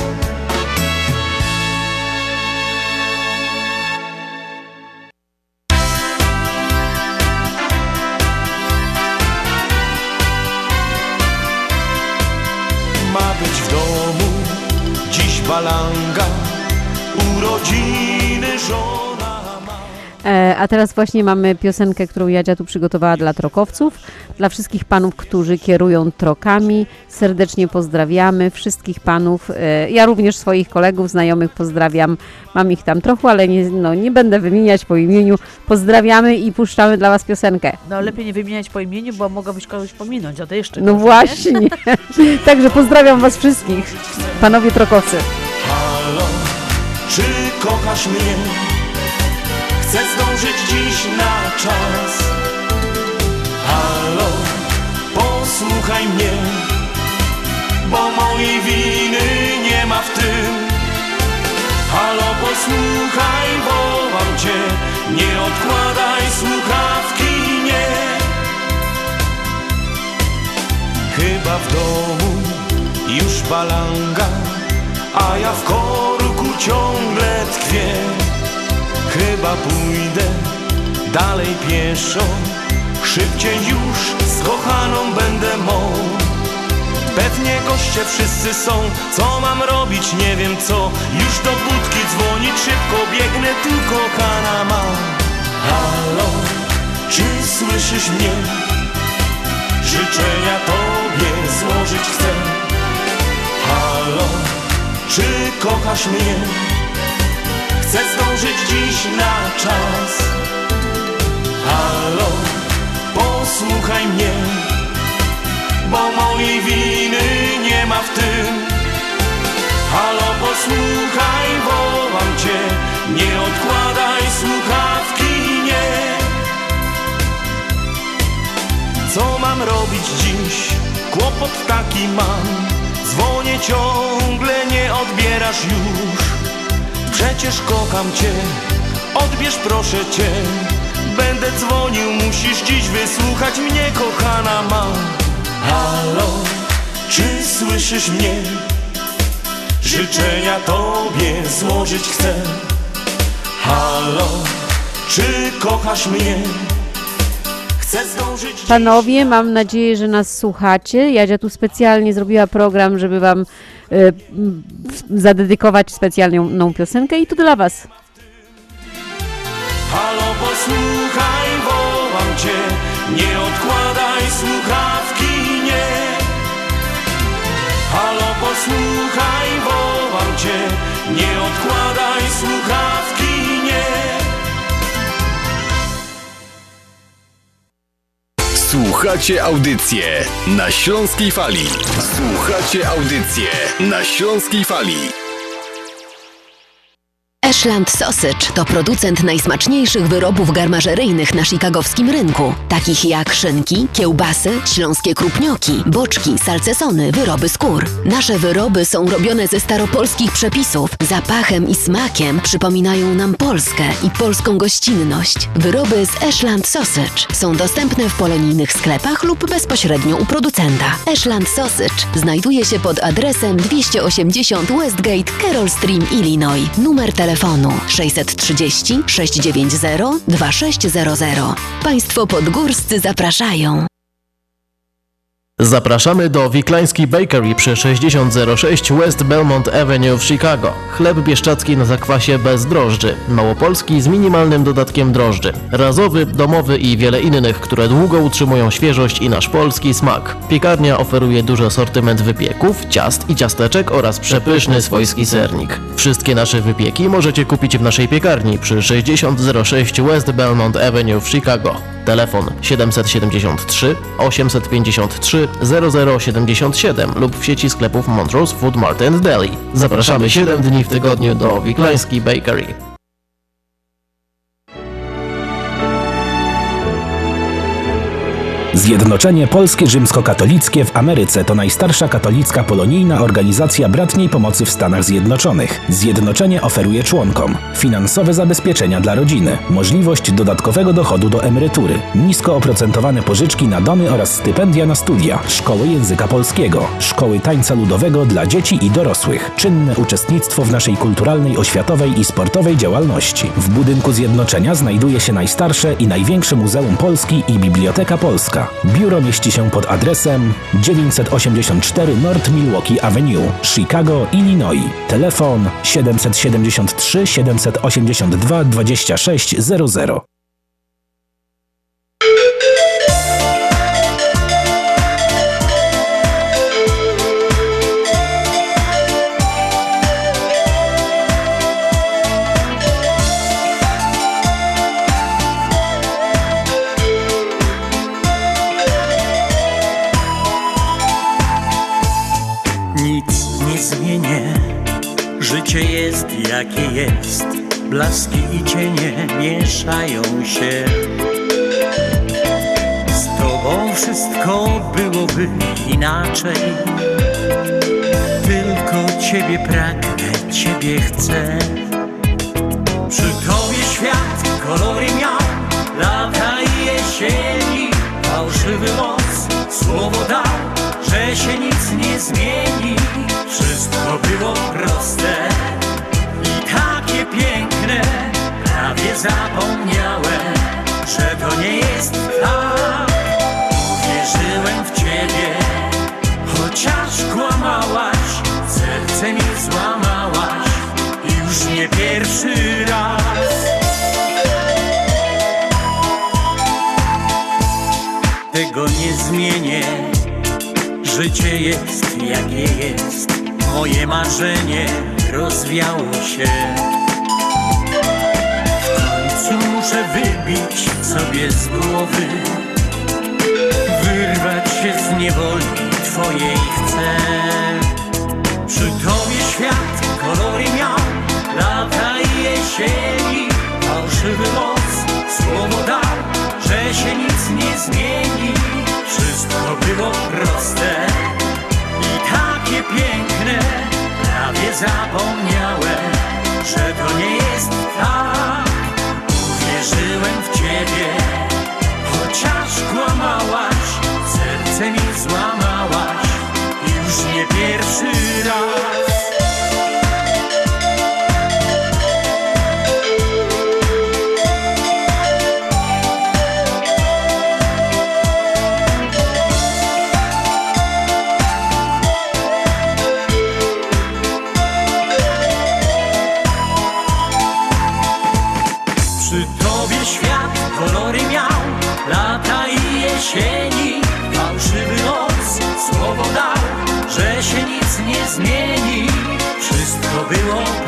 Ma być w domu dziś balanga, urodziny żona ma. A teraz właśnie mamy piosenkę, którą Jadzia tu przygotowała dla trokowców, dla wszystkich panów, którzy kierują trokami. Serdecznie pozdrawiamy wszystkich panów. Ja również swoich kolegów, znajomych pozdrawiam. Mam ich tam trochę, ale nie będę wymieniać po imieniu. Pozdrawiamy i puszczamy dla was piosenkę. No lepiej nie wymieniać po imieniu, bo mogłabyś kogoś pominąć, a to jeszcze No gorzej, właśnie. Także pozdrawiam was wszystkich, panowie trokowcy. Halo, czy kochasz mnie? Chcę zdążyć dziś na czas. Halo, posłuchaj mnie, bo mojej winy nie ma w tym. Halo, posłuchaj, wołam cię, nie odkładaj słuchawki, nie. Chyba w domu już balanga, a ja w korku ciągle tkwię. Chyba pójdę dalej pieszo, szybciej już z kochaną będę mógł. Pewnie goście wszyscy są, co mam robić, nie wiem co. Już do budki dzwonić, szybko biegnę, tu kochana ma. Halo, czy słyszysz mnie? Życzenia tobie złożyć chcę. Halo, czy kochasz mnie? Chcę zdążyć dziś na czas. Halo, posłuchaj mnie, bo mojej winy nie ma w tym. Halo, posłuchaj, wołam cię, nie odkładaj słuchawki, nie. Co mam robić dziś? Kłopot taki mam. Dzwonię ciągle, nie odbierasz już. Przecież kocham cię, odbierz proszę cię. Będę dzwonił, musisz dziś wysłuchać mnie, kochana ma. Halo, czy słyszysz mnie? Życzenia tobie złożyć chcę. Halo, czy kochasz mnie? Chcę zdążyć dziś. Panowie, mam nadzieję, że nas słuchacie. Jadzia tu specjalnie zrobiła program, żeby wam zadedykować specjalną piosenkę i to dla was. Halo, posłuchaj, wołam cię, nie odkładaj słuchawki, nie. Halo, posłuchaj, wołam cię, nie odkładaj słuchawki, nie. Słuchacie audycję na Śląskiej Fali. Słuchacie audycję na Śląskiej Fali. Ashland Sausage to producent najsmaczniejszych wyrobów garmażeryjnych na chicagowskim rynku, takich jak szynki, kiełbasy, śląskie krupnioki, boczki, salcesony, wyroby skór. Nasze wyroby są robione ze staropolskich przepisów. Zapachem i smakiem przypominają nam Polskę i polską gościnność. Wyroby z Ashland Sausage są dostępne w polonijnych sklepach lub bezpośrednio u producenta. Ashland Sausage znajduje się pod adresem 280 Westgate, Carroll Stream, Illinois. Numer telefonu 630 690 2600. Państwo podgórscy zapraszają. Zapraszamy do Wiklański Bakery przy 6006 West Belmont Avenue w Chicago. Chleb bieszczacki na zakwasie bez drożdży, małopolski z minimalnym dodatkiem drożdży, razowy, domowy i wiele innych, które długo utrzymują świeżość i nasz polski smak. Piekarnia oferuje duży asortyment wypieków, ciast i ciasteczek oraz przepyszny swojski sernik. Wszystkie nasze wypieki możecie kupić w naszej piekarni przy 6006 West Belmont Avenue w Chicago. Telefon 773 853 0077 lub w sieci sklepów Montrose Food Mart and Deli. Zapraszamy 7 dni w tygodniu do Wiklański Bakery. Zjednoczenie Polskie Rzymskokatolickie w Ameryce to najstarsza katolicka polonijna organizacja bratniej pomocy w Stanach Zjednoczonych. Zjednoczenie oferuje członkom finansowe zabezpieczenia dla rodziny, możliwość dodatkowego dochodu do emerytury, nisko oprocentowane pożyczki na domy oraz stypendia na studia, szkoły języka polskiego, szkoły tańca ludowego dla dzieci i dorosłych, czynne uczestnictwo w naszej kulturalnej, oświatowej i sportowej działalności. W budynku Zjednoczenia znajduje się najstarsze i największe Muzeum Polski i Biblioteka Polska. Biuro mieści się pod adresem 984 North Milwaukee Avenue, Chicago, Illinois. Telefon 773 782 2600. Życie jest jakie jest, blaski i cienie mieszają się. Z tobą wszystko byłoby inaczej. Tylko ciebie pragnę, ciebie chcę. Przy tobie świat kolory miał, lata i jesieni. Fałszywy los słowo dał, że się nic nie zmieni. Wszystko było proste i takie piękne. Prawie zapomniałem, że to nie jest tak. Uwierzyłem w ciebie, chociaż kłamałaś. Serce mi złamałaś, już nie pierwszy raz. Tego nie zmienię. Życie jest jakie jest, moje marzenie rozwiało się. W końcu muszę wybić sobie z głowy, wyrwać się z niewoli twojej chcę. Przy tobie świat kolory miał, lata i jesieni. Fałszywy los słowo dał, że się nic nie zmieni. Wszystko było proste i takie piękne. Prawie zapomniałem, że to nie jest tak. Uwierzyłem w ciebie, chociaż kłamałaś. Serce mi złamałaś, już nie pierwszy raz.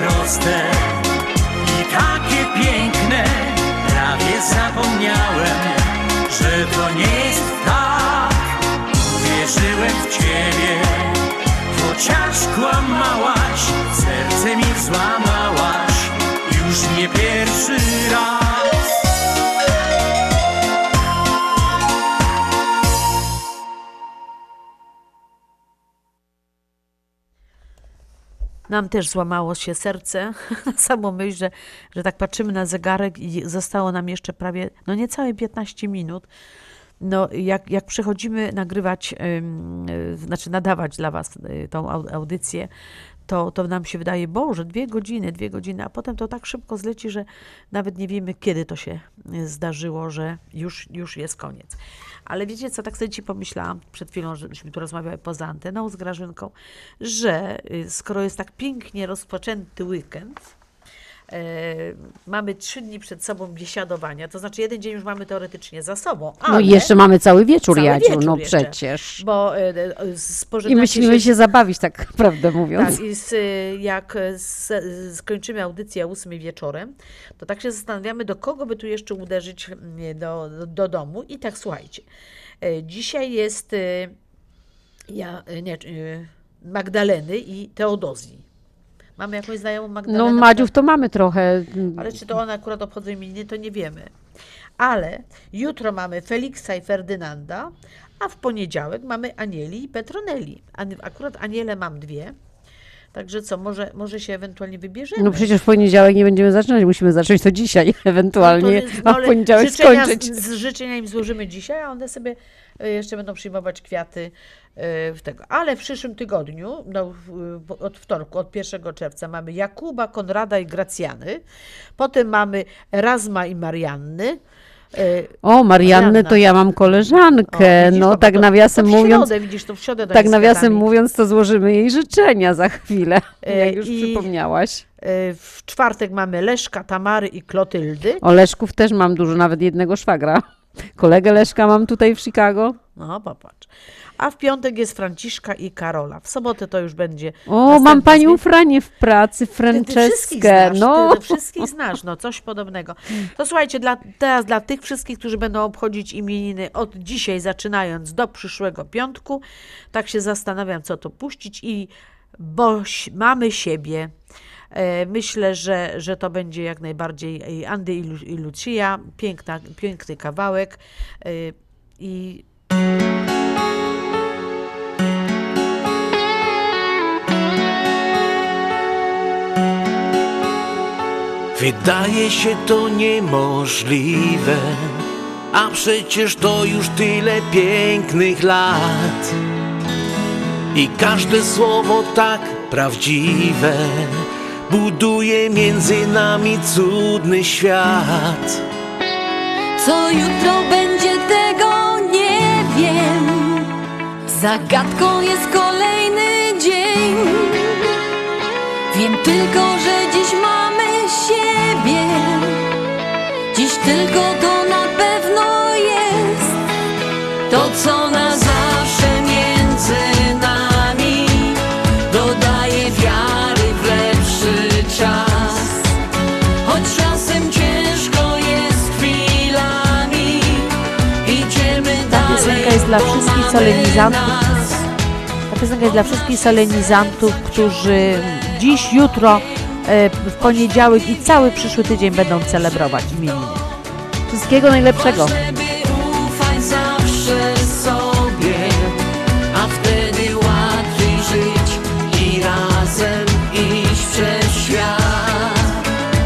proste i takie piękne. Prawie zapomniałem, że to nie jest tak. Wierzyłem w ciebie, chociaż kłamałaś, serce mi złamałaś, już nie pierwszy raz. Nam też złamało się serce na samą myśl, że tak patrzymy na zegarek i zostało nam jeszcze prawie, no niecałe 15 minut. No jak przychodzimy nagrywać, znaczy nadawać dla Was tą audycję, to nam się wydaje, Boże, 2 godziny, a potem to tak szybko zleci, że nawet nie wiemy, kiedy to się zdarzyło, że już jest koniec. Ale wiecie co, tak sobie ci pomyślałam przed chwilą, żeśmy tu rozmawiały poza anteną z Grażynką, że skoro jest tak pięknie rozpoczęty weekend, mamy 3 dni przed sobą biesiadowania, to znaczy 1 dzień już mamy teoretycznie za sobą. Ale no i jeszcze mamy cały wieczór, Jadziu, no jeszcze, przecież. Bo i myślimy się zabawić, tak prawdę mówiąc. Tak, jak skończymy audycję o 8 wieczorem, to tak się zastanawiamy, do kogo by tu jeszcze uderzyć do domu. I tak słuchajcie, dzisiaj jest Magdaleny i Teodozji. Mamy jakąś znajomą Magdalenę? No Madziów to mamy trochę. Ale czy to one akurat obchodzą imieniny, to nie wiemy. Ale jutro mamy Feliksa i Ferdynanda, a w poniedziałek mamy Anieli i Petroneli. Akurat Aniele mam 2. Także co, może się ewentualnie wybierzemy. No przecież w poniedziałek nie będziemy zaczynać, musimy zacząć to dzisiaj ewentualnie, a w poniedziałek skończyć. Życzenia im złożymy dzisiaj, a one sobie jeszcze będą przyjmować kwiaty w tego. Ale w przyszłym tygodniu, no, od wtorku, od 1 czerwca mamy Jakuba, Konrada i Gracjany. Potem mamy Erasma i Marianny. O, Mariannę to ja mam koleżankę, widzisz, no tak nawiasem mówiąc, widzisz, to w środę tak nawiasem mówiąc, to złożymy jej życzenia za chwilę, jak już przypomniałaś. W czwartek mamy Leszka, Tamary i Klotyldy. O Leszków też mam dużo, nawet jednego szwagra. Kolegę Leszka mam tutaj w Chicago. No, popatrz. A w piątek jest Franciszka i Karola. W sobotę to już będzie... O, mam panią Franię w pracy, Franceskę. Ty wszystkich znasz, no coś podobnego. To słuchajcie, teraz dla tych wszystkich, którzy będą obchodzić imieniny od dzisiaj zaczynając do przyszłego piątku, tak się zastanawiam, co to puścić bo mamy siebie. Myślę, że to będzie jak najbardziej Andy i Lucia, piękny kawałek i wydaje się to niemożliwe, a przecież to już tyle pięknych lat i każde słowo tak prawdziwe buduje między nami cudny świat. Co jutro będzie, tego nie wiem. Zagadką jest kolejny dzień. Wiem tylko, że dziś mamy siebie. Dziś tylko to na pewno jest. To, co na zawsze między nami dodaje wiary w lepszy czas. Choć czasem ciężko jest chwilami, idziemy dalej. Ta piosenka jest dla wszystkich solenizantów. Ta piosenka jest dla wszystkich solenizantów, którzy dziś, jutro, w poniedziałek i cały przyszły tydzień będą celebrować imieniny. Wszystkiego najlepszego. Ufaj zawsze sobie, a wtedy łatwiej żyć i razem iść przez świat.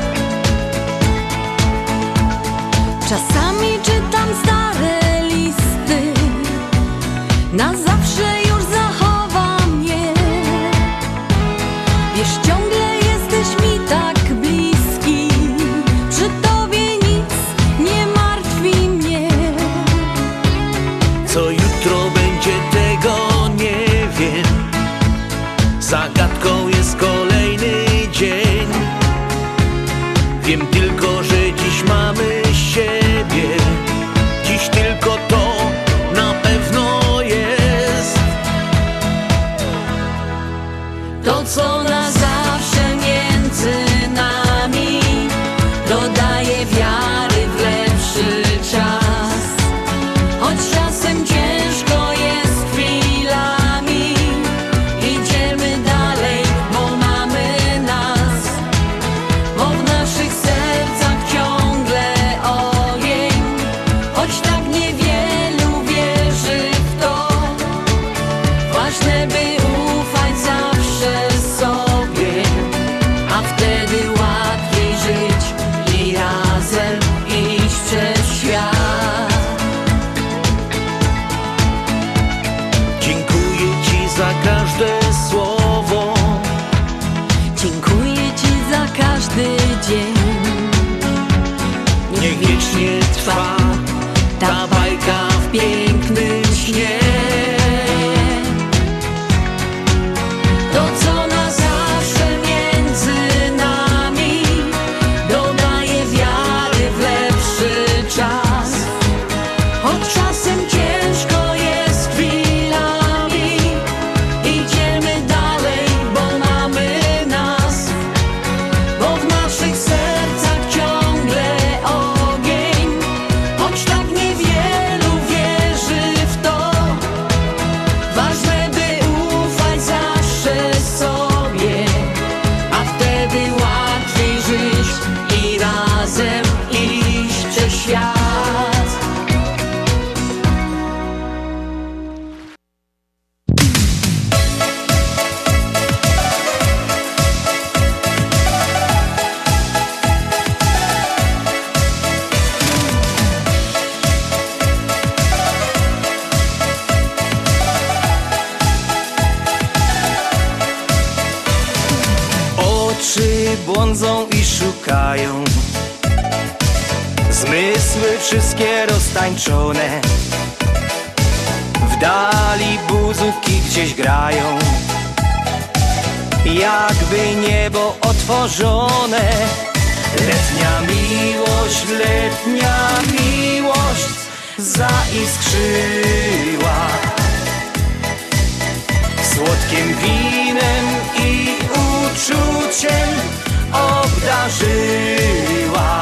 Czasami czytam stare listy, na zawsze już zachowam je. Wiesz, ciągle jesteś mi tak bliski, przy tobie nic nie martwi mnie. Co jutro będzie, tego nie wiem. Zagadką jest kolejny dzień. Wiem tylko, że dziś mamy siebie. Dziś tylko to na pewno jest. To, co na zawsze między każde słowo. Dziękuję Ci za każdy dzień. Niech wiecznie trwa ta bajka w pięknym śnie. To, co na zawsze między nami, dodaje wiary w lepszy czas. Choć czasem ciężko jest chwilami, idziemy dalej, bo mamy nas. Bo w naszych sercach ciągle ogień, choć tak niewielu wierzy w to. Ważne, by ufać zawsze sobie, a wtedy łatwiej żyć i razem iść przez świat. Oczy błądzą i szukają, zmysły wszystkie roztańczone. W dali buzówki gdzieś grają, jakby niebo otworzone. Letnia miłość zaiskrzyła, słodkim winem i uczuciem obdarzyła.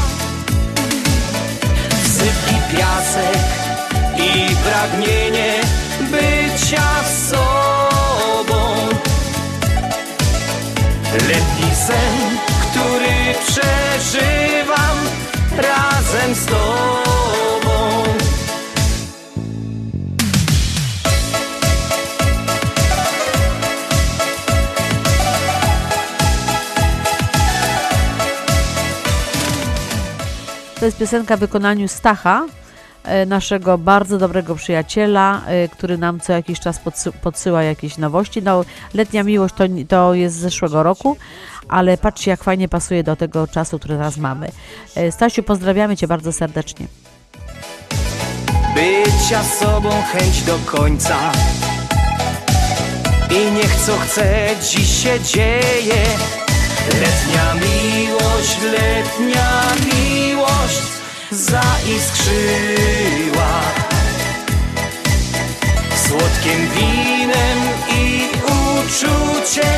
Sypki piasek i pragnienie bycia z sobą. Letni sen, który przeżywam razem z tobą. To jest piosenka w wykonaniu Stacha, naszego bardzo dobrego przyjaciela, który nam co jakiś czas podsyła jakieś nowości. No, Letnia miłość to jest z zeszłego roku, ale patrzcie, jak fajnie pasuje do tego czasu, który teraz mamy. Stasiu, pozdrawiamy Cię bardzo serdecznie. Bycia z sobą chęć do końca i niech co chce dziś się dzieje. Letnia miłość zaiskrzyła, słodkim winem i uczuciem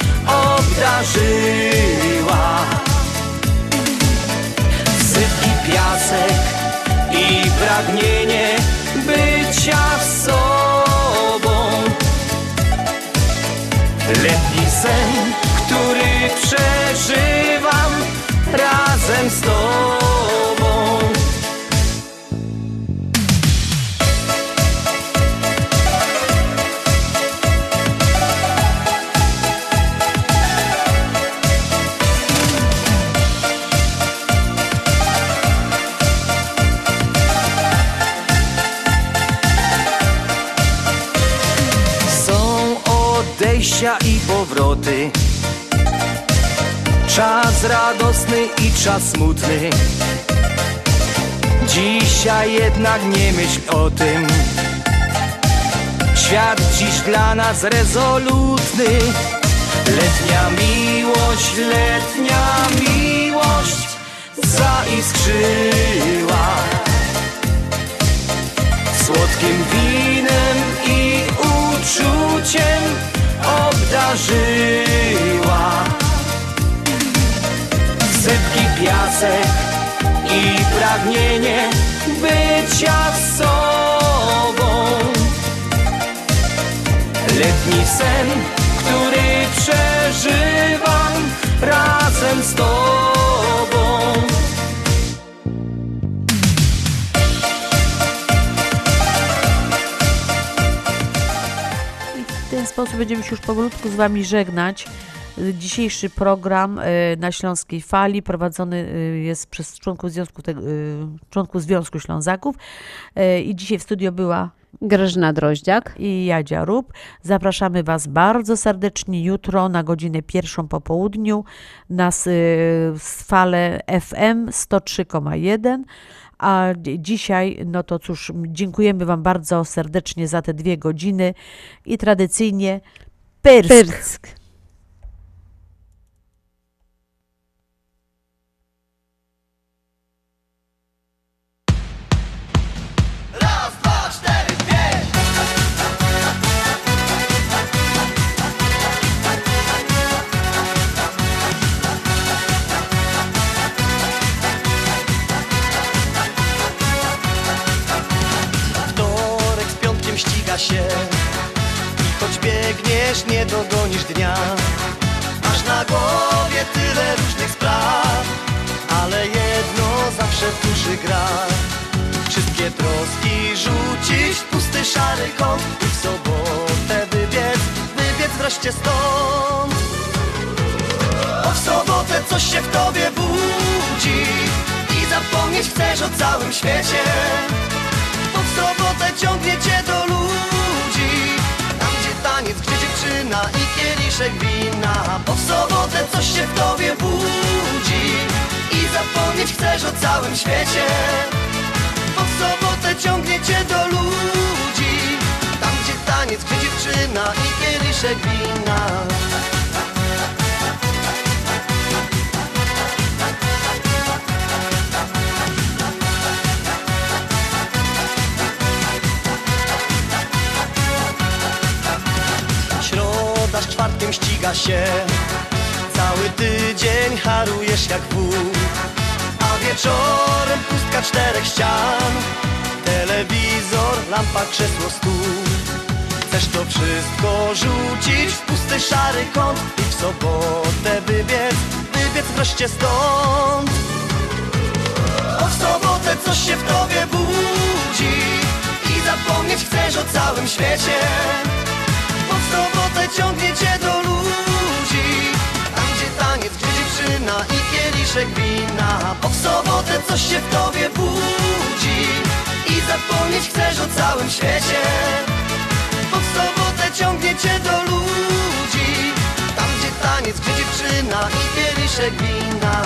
obdarzyła. Sypki piasek i pragnienie bycia z sobą. Letni sen, który przeżywam razem z tobą. Są odejścia i powroty, czas radosny i czas smutny. Dzisiaj jednak nie myśl o tym, świat dziś dla nas rezolutny. Letnia miłość zaiskrzyła, słodkim winem i uczuciem obdarzyła. Sypki piasek i pragnienie bycia z sobą. Letni sen, który przeżywam razem z tobą. I w ten sposób będziemy się już powolutku z Wami żegnać. Dzisiejszy program na Śląskiej Fali prowadzony jest przez członków Związku Ślązaków i dzisiaj w studio była Grażyna Droździak i Jadzia Rób. Zapraszamy Was bardzo serdecznie jutro na godzinę 1 po południu na fale FM 103,1. A dzisiaj, no to cóż, dziękujemy Wam bardzo serdecznie za te 2 godziny i tradycyjnie Pyrsk. Się i choć biegniesz, nie dogonisz dnia. Masz na głowie tyle różnych spraw, ale jedno zawsze w duszy gra. Wszystkie troski rzucić w pusty szary kąt i w sobotę wybiec wreszcie stąd. Bo w sobotę coś się w tobie budzi i zapomnieć chcesz o całym świecie. Bo w sobotę ciągnie cię do ludzi, tam gdzie taniec, gdzie dziewczyna i kieliszek wina. Bo w sobotę coś się w tobie budzi i zapomnieć chcesz o całym świecie. Bo w sobotę ciągnie cię do ludzi, tam gdzie taniec, gdzie dziewczyna i kieliszek wina. Z czwartkiem ściga się, cały tydzień harujesz jak wół, a wieczorem pustka 4 ścian, telewizor, lampa, krzesło, stół. Chcesz to wszystko rzucić w pusty szary kąt i w sobotę wybiec wreszcie stąd. Bo w sobotę coś się w tobie budzi i zapomnieć chcesz o całym świecie. Bo w sobotę ciągnie cię do ludzi, tam gdzie taniec, gdzie dziewczyna i kieliszek wina. Bo w sobotę coś się w tobie budzi i zapomnieć chcesz o całym świecie. Bo w sobotę ciągnie cię do ludzi, tam gdzie taniec, gdzie dziewczyna i kieliszek wina.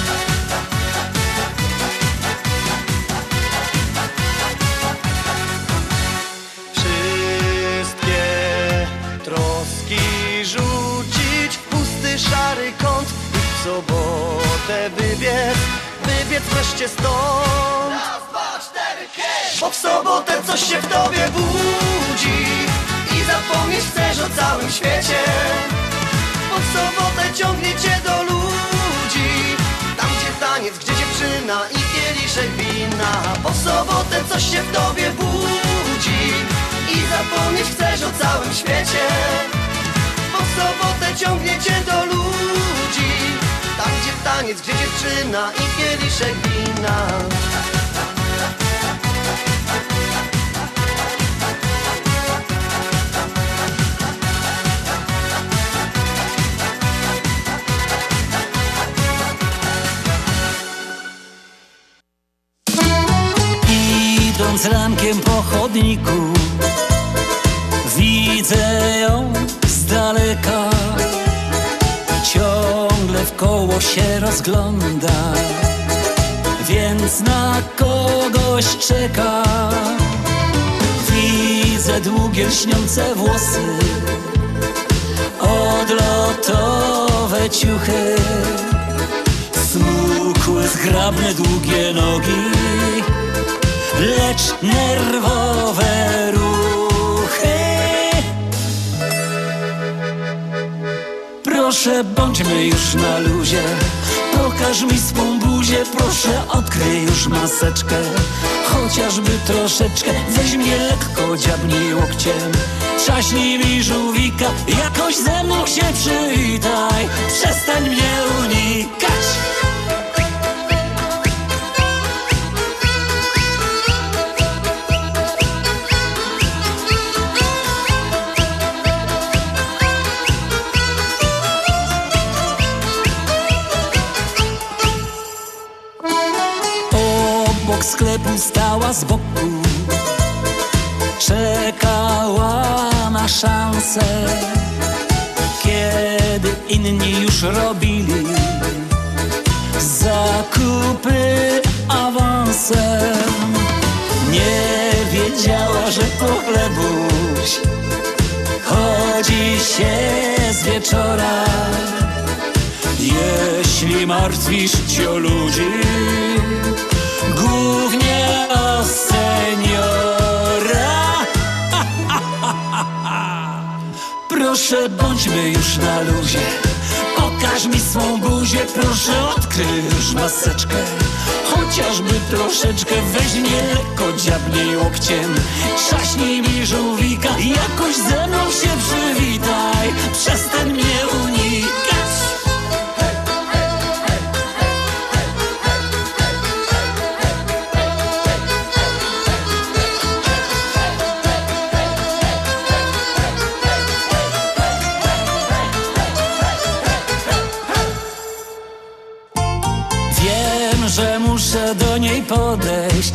Rzucić w pusty szary kąt i w sobotę wybiec wreszcie stąd. Raz, 2, 4, 5. Bo w sobotę coś się w tobie budzi i zapomnieć chcesz o całym świecie. Bo w sobotę ciągnie cię do ludzi, tam gdzie taniec, gdzie dziewczyna i kieliszek wina. Bo w sobotę coś się w tobie budzi i zapomnieć chcesz o całym świecie. Bo w sobotę ciągnie cię do ludzi, tam gdzie taniec, gdzie dziewczyna i kieliszek wina. Idąc rankiem po chodniku, widzę ją z daleka, ciągle w koło się rozgląda, więc na kogoś czeka. Widzę długie lśniące włosy, odlotowe ciuchy, smukłe, zgrabne, długie nogi, lecz nerwowe ruchy. Proszę, bądźmy już na luzie, pokaż mi swą buzię, proszę, odkryj już maseczkę, chociażby troszeczkę, weź mnie lekko, dziabnij łokciem, trzaśnij mi żółwika, jakoś ze mną się przywitaj, przestań mnie unikać. Sklepu stała z boku, szansę, kiedy inni już robili zakupy awansem. Nie wiedziała, że po chlebuś chodzi się z wieczora. Jeśli martwisz się o ludzi, głównie o seniora. Proszę, bądźmy już na luzie, pokaż mi swą buzię, proszę, odkryj już maseczkę. Chociażby troszeczkę, weź mnie lekko, dziabnij łokciem, trzaśnij mi żółwika, jakoś ze mną się przywitaj, przestań mnie unikać. Że muszę do niej podejść,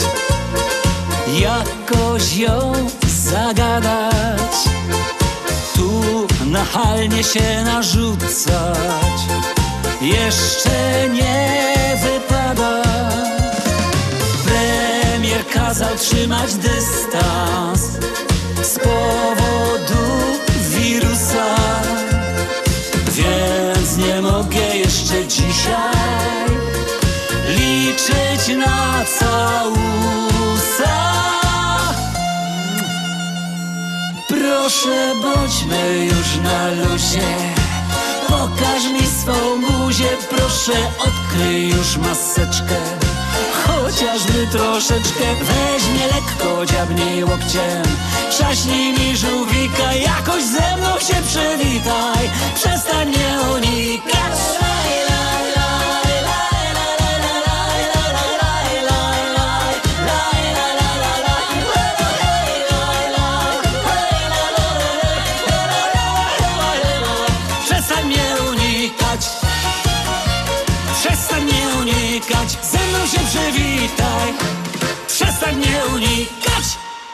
jakoś ją zagadać, tu nachalnie się narzucać jeszcze nie wypada. Premier kazał trzymać dystans z powodu wirusa, więc nie mogę jeszcze dzisiaj liczyć na całusa. Proszę, bądźmy już na luzie, pokaż mi swą buzię, proszę, odkryj już maseczkę. Chociażby troszeczkę, weź mnie lekko, dziabnij łokciem, trzaśnij mi żółwika, jakoś ze mną się przywitaj, przestań mnie unikać. Przestań mnie unikać, ze mną się przywitaj, przestań mnie unikać.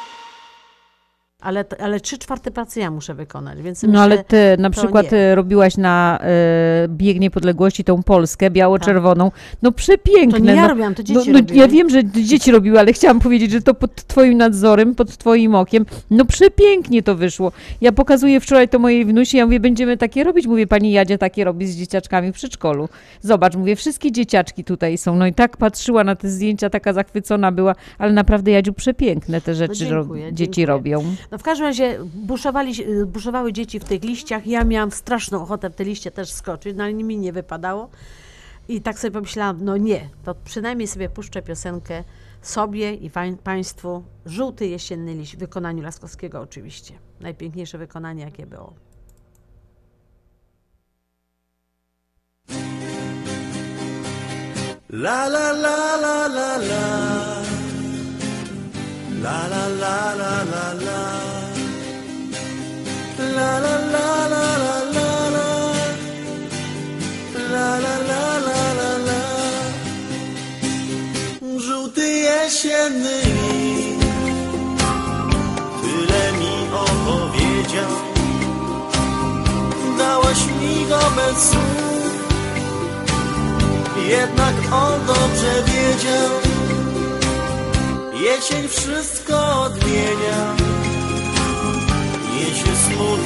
Ale 3/4 pracy ja muszę wykonać, więc No myślę, ale ty na przykład nie. robiłaś na Bieg Niepodległości tą Polskę biało-czerwoną. No przepiękne. To nie ja no, robiłam, to dzieci no, robiły. ja wiem, że dzieci robiły, ale chciałam powiedzieć, że to pod twoim nadzorem, pod twoim okiem. No przepięknie to wyszło. Ja pokazuję wczoraj to mojej wnusi, ja mówię, będziemy takie robić. Mówię, pani Jadzia takie robi z dzieciaczkami w przedszkolu. Zobacz, mówię, wszystkie dzieciaczki tutaj są. No i tak patrzyła na te zdjęcia, taka zachwycona była, ale naprawdę, Jadziu, przepiękne te rzeczy dzieci robią. No w każdym razie buszowały dzieci w tych liściach. Ja miałam straszną ochotę w te liście też skoczyć, no ale mi nie wypadało. I tak sobie pomyślałam, no nie, to przynajmniej sobie puszczę piosenkę sobie i państwu. Żółty jesienny liść w wykonaniu Laskowskiego oczywiście. Najpiękniejsze wykonanie, jakie było. La la la la la la. La la la la la la. La la la la la la la. La la la la la la. Żółty jesienny liść tyle mi opowiedział. Dałaś mi go bez słów, jednak on dobrze wiedział. Jesień wszystko odmienia. Jeśli smutno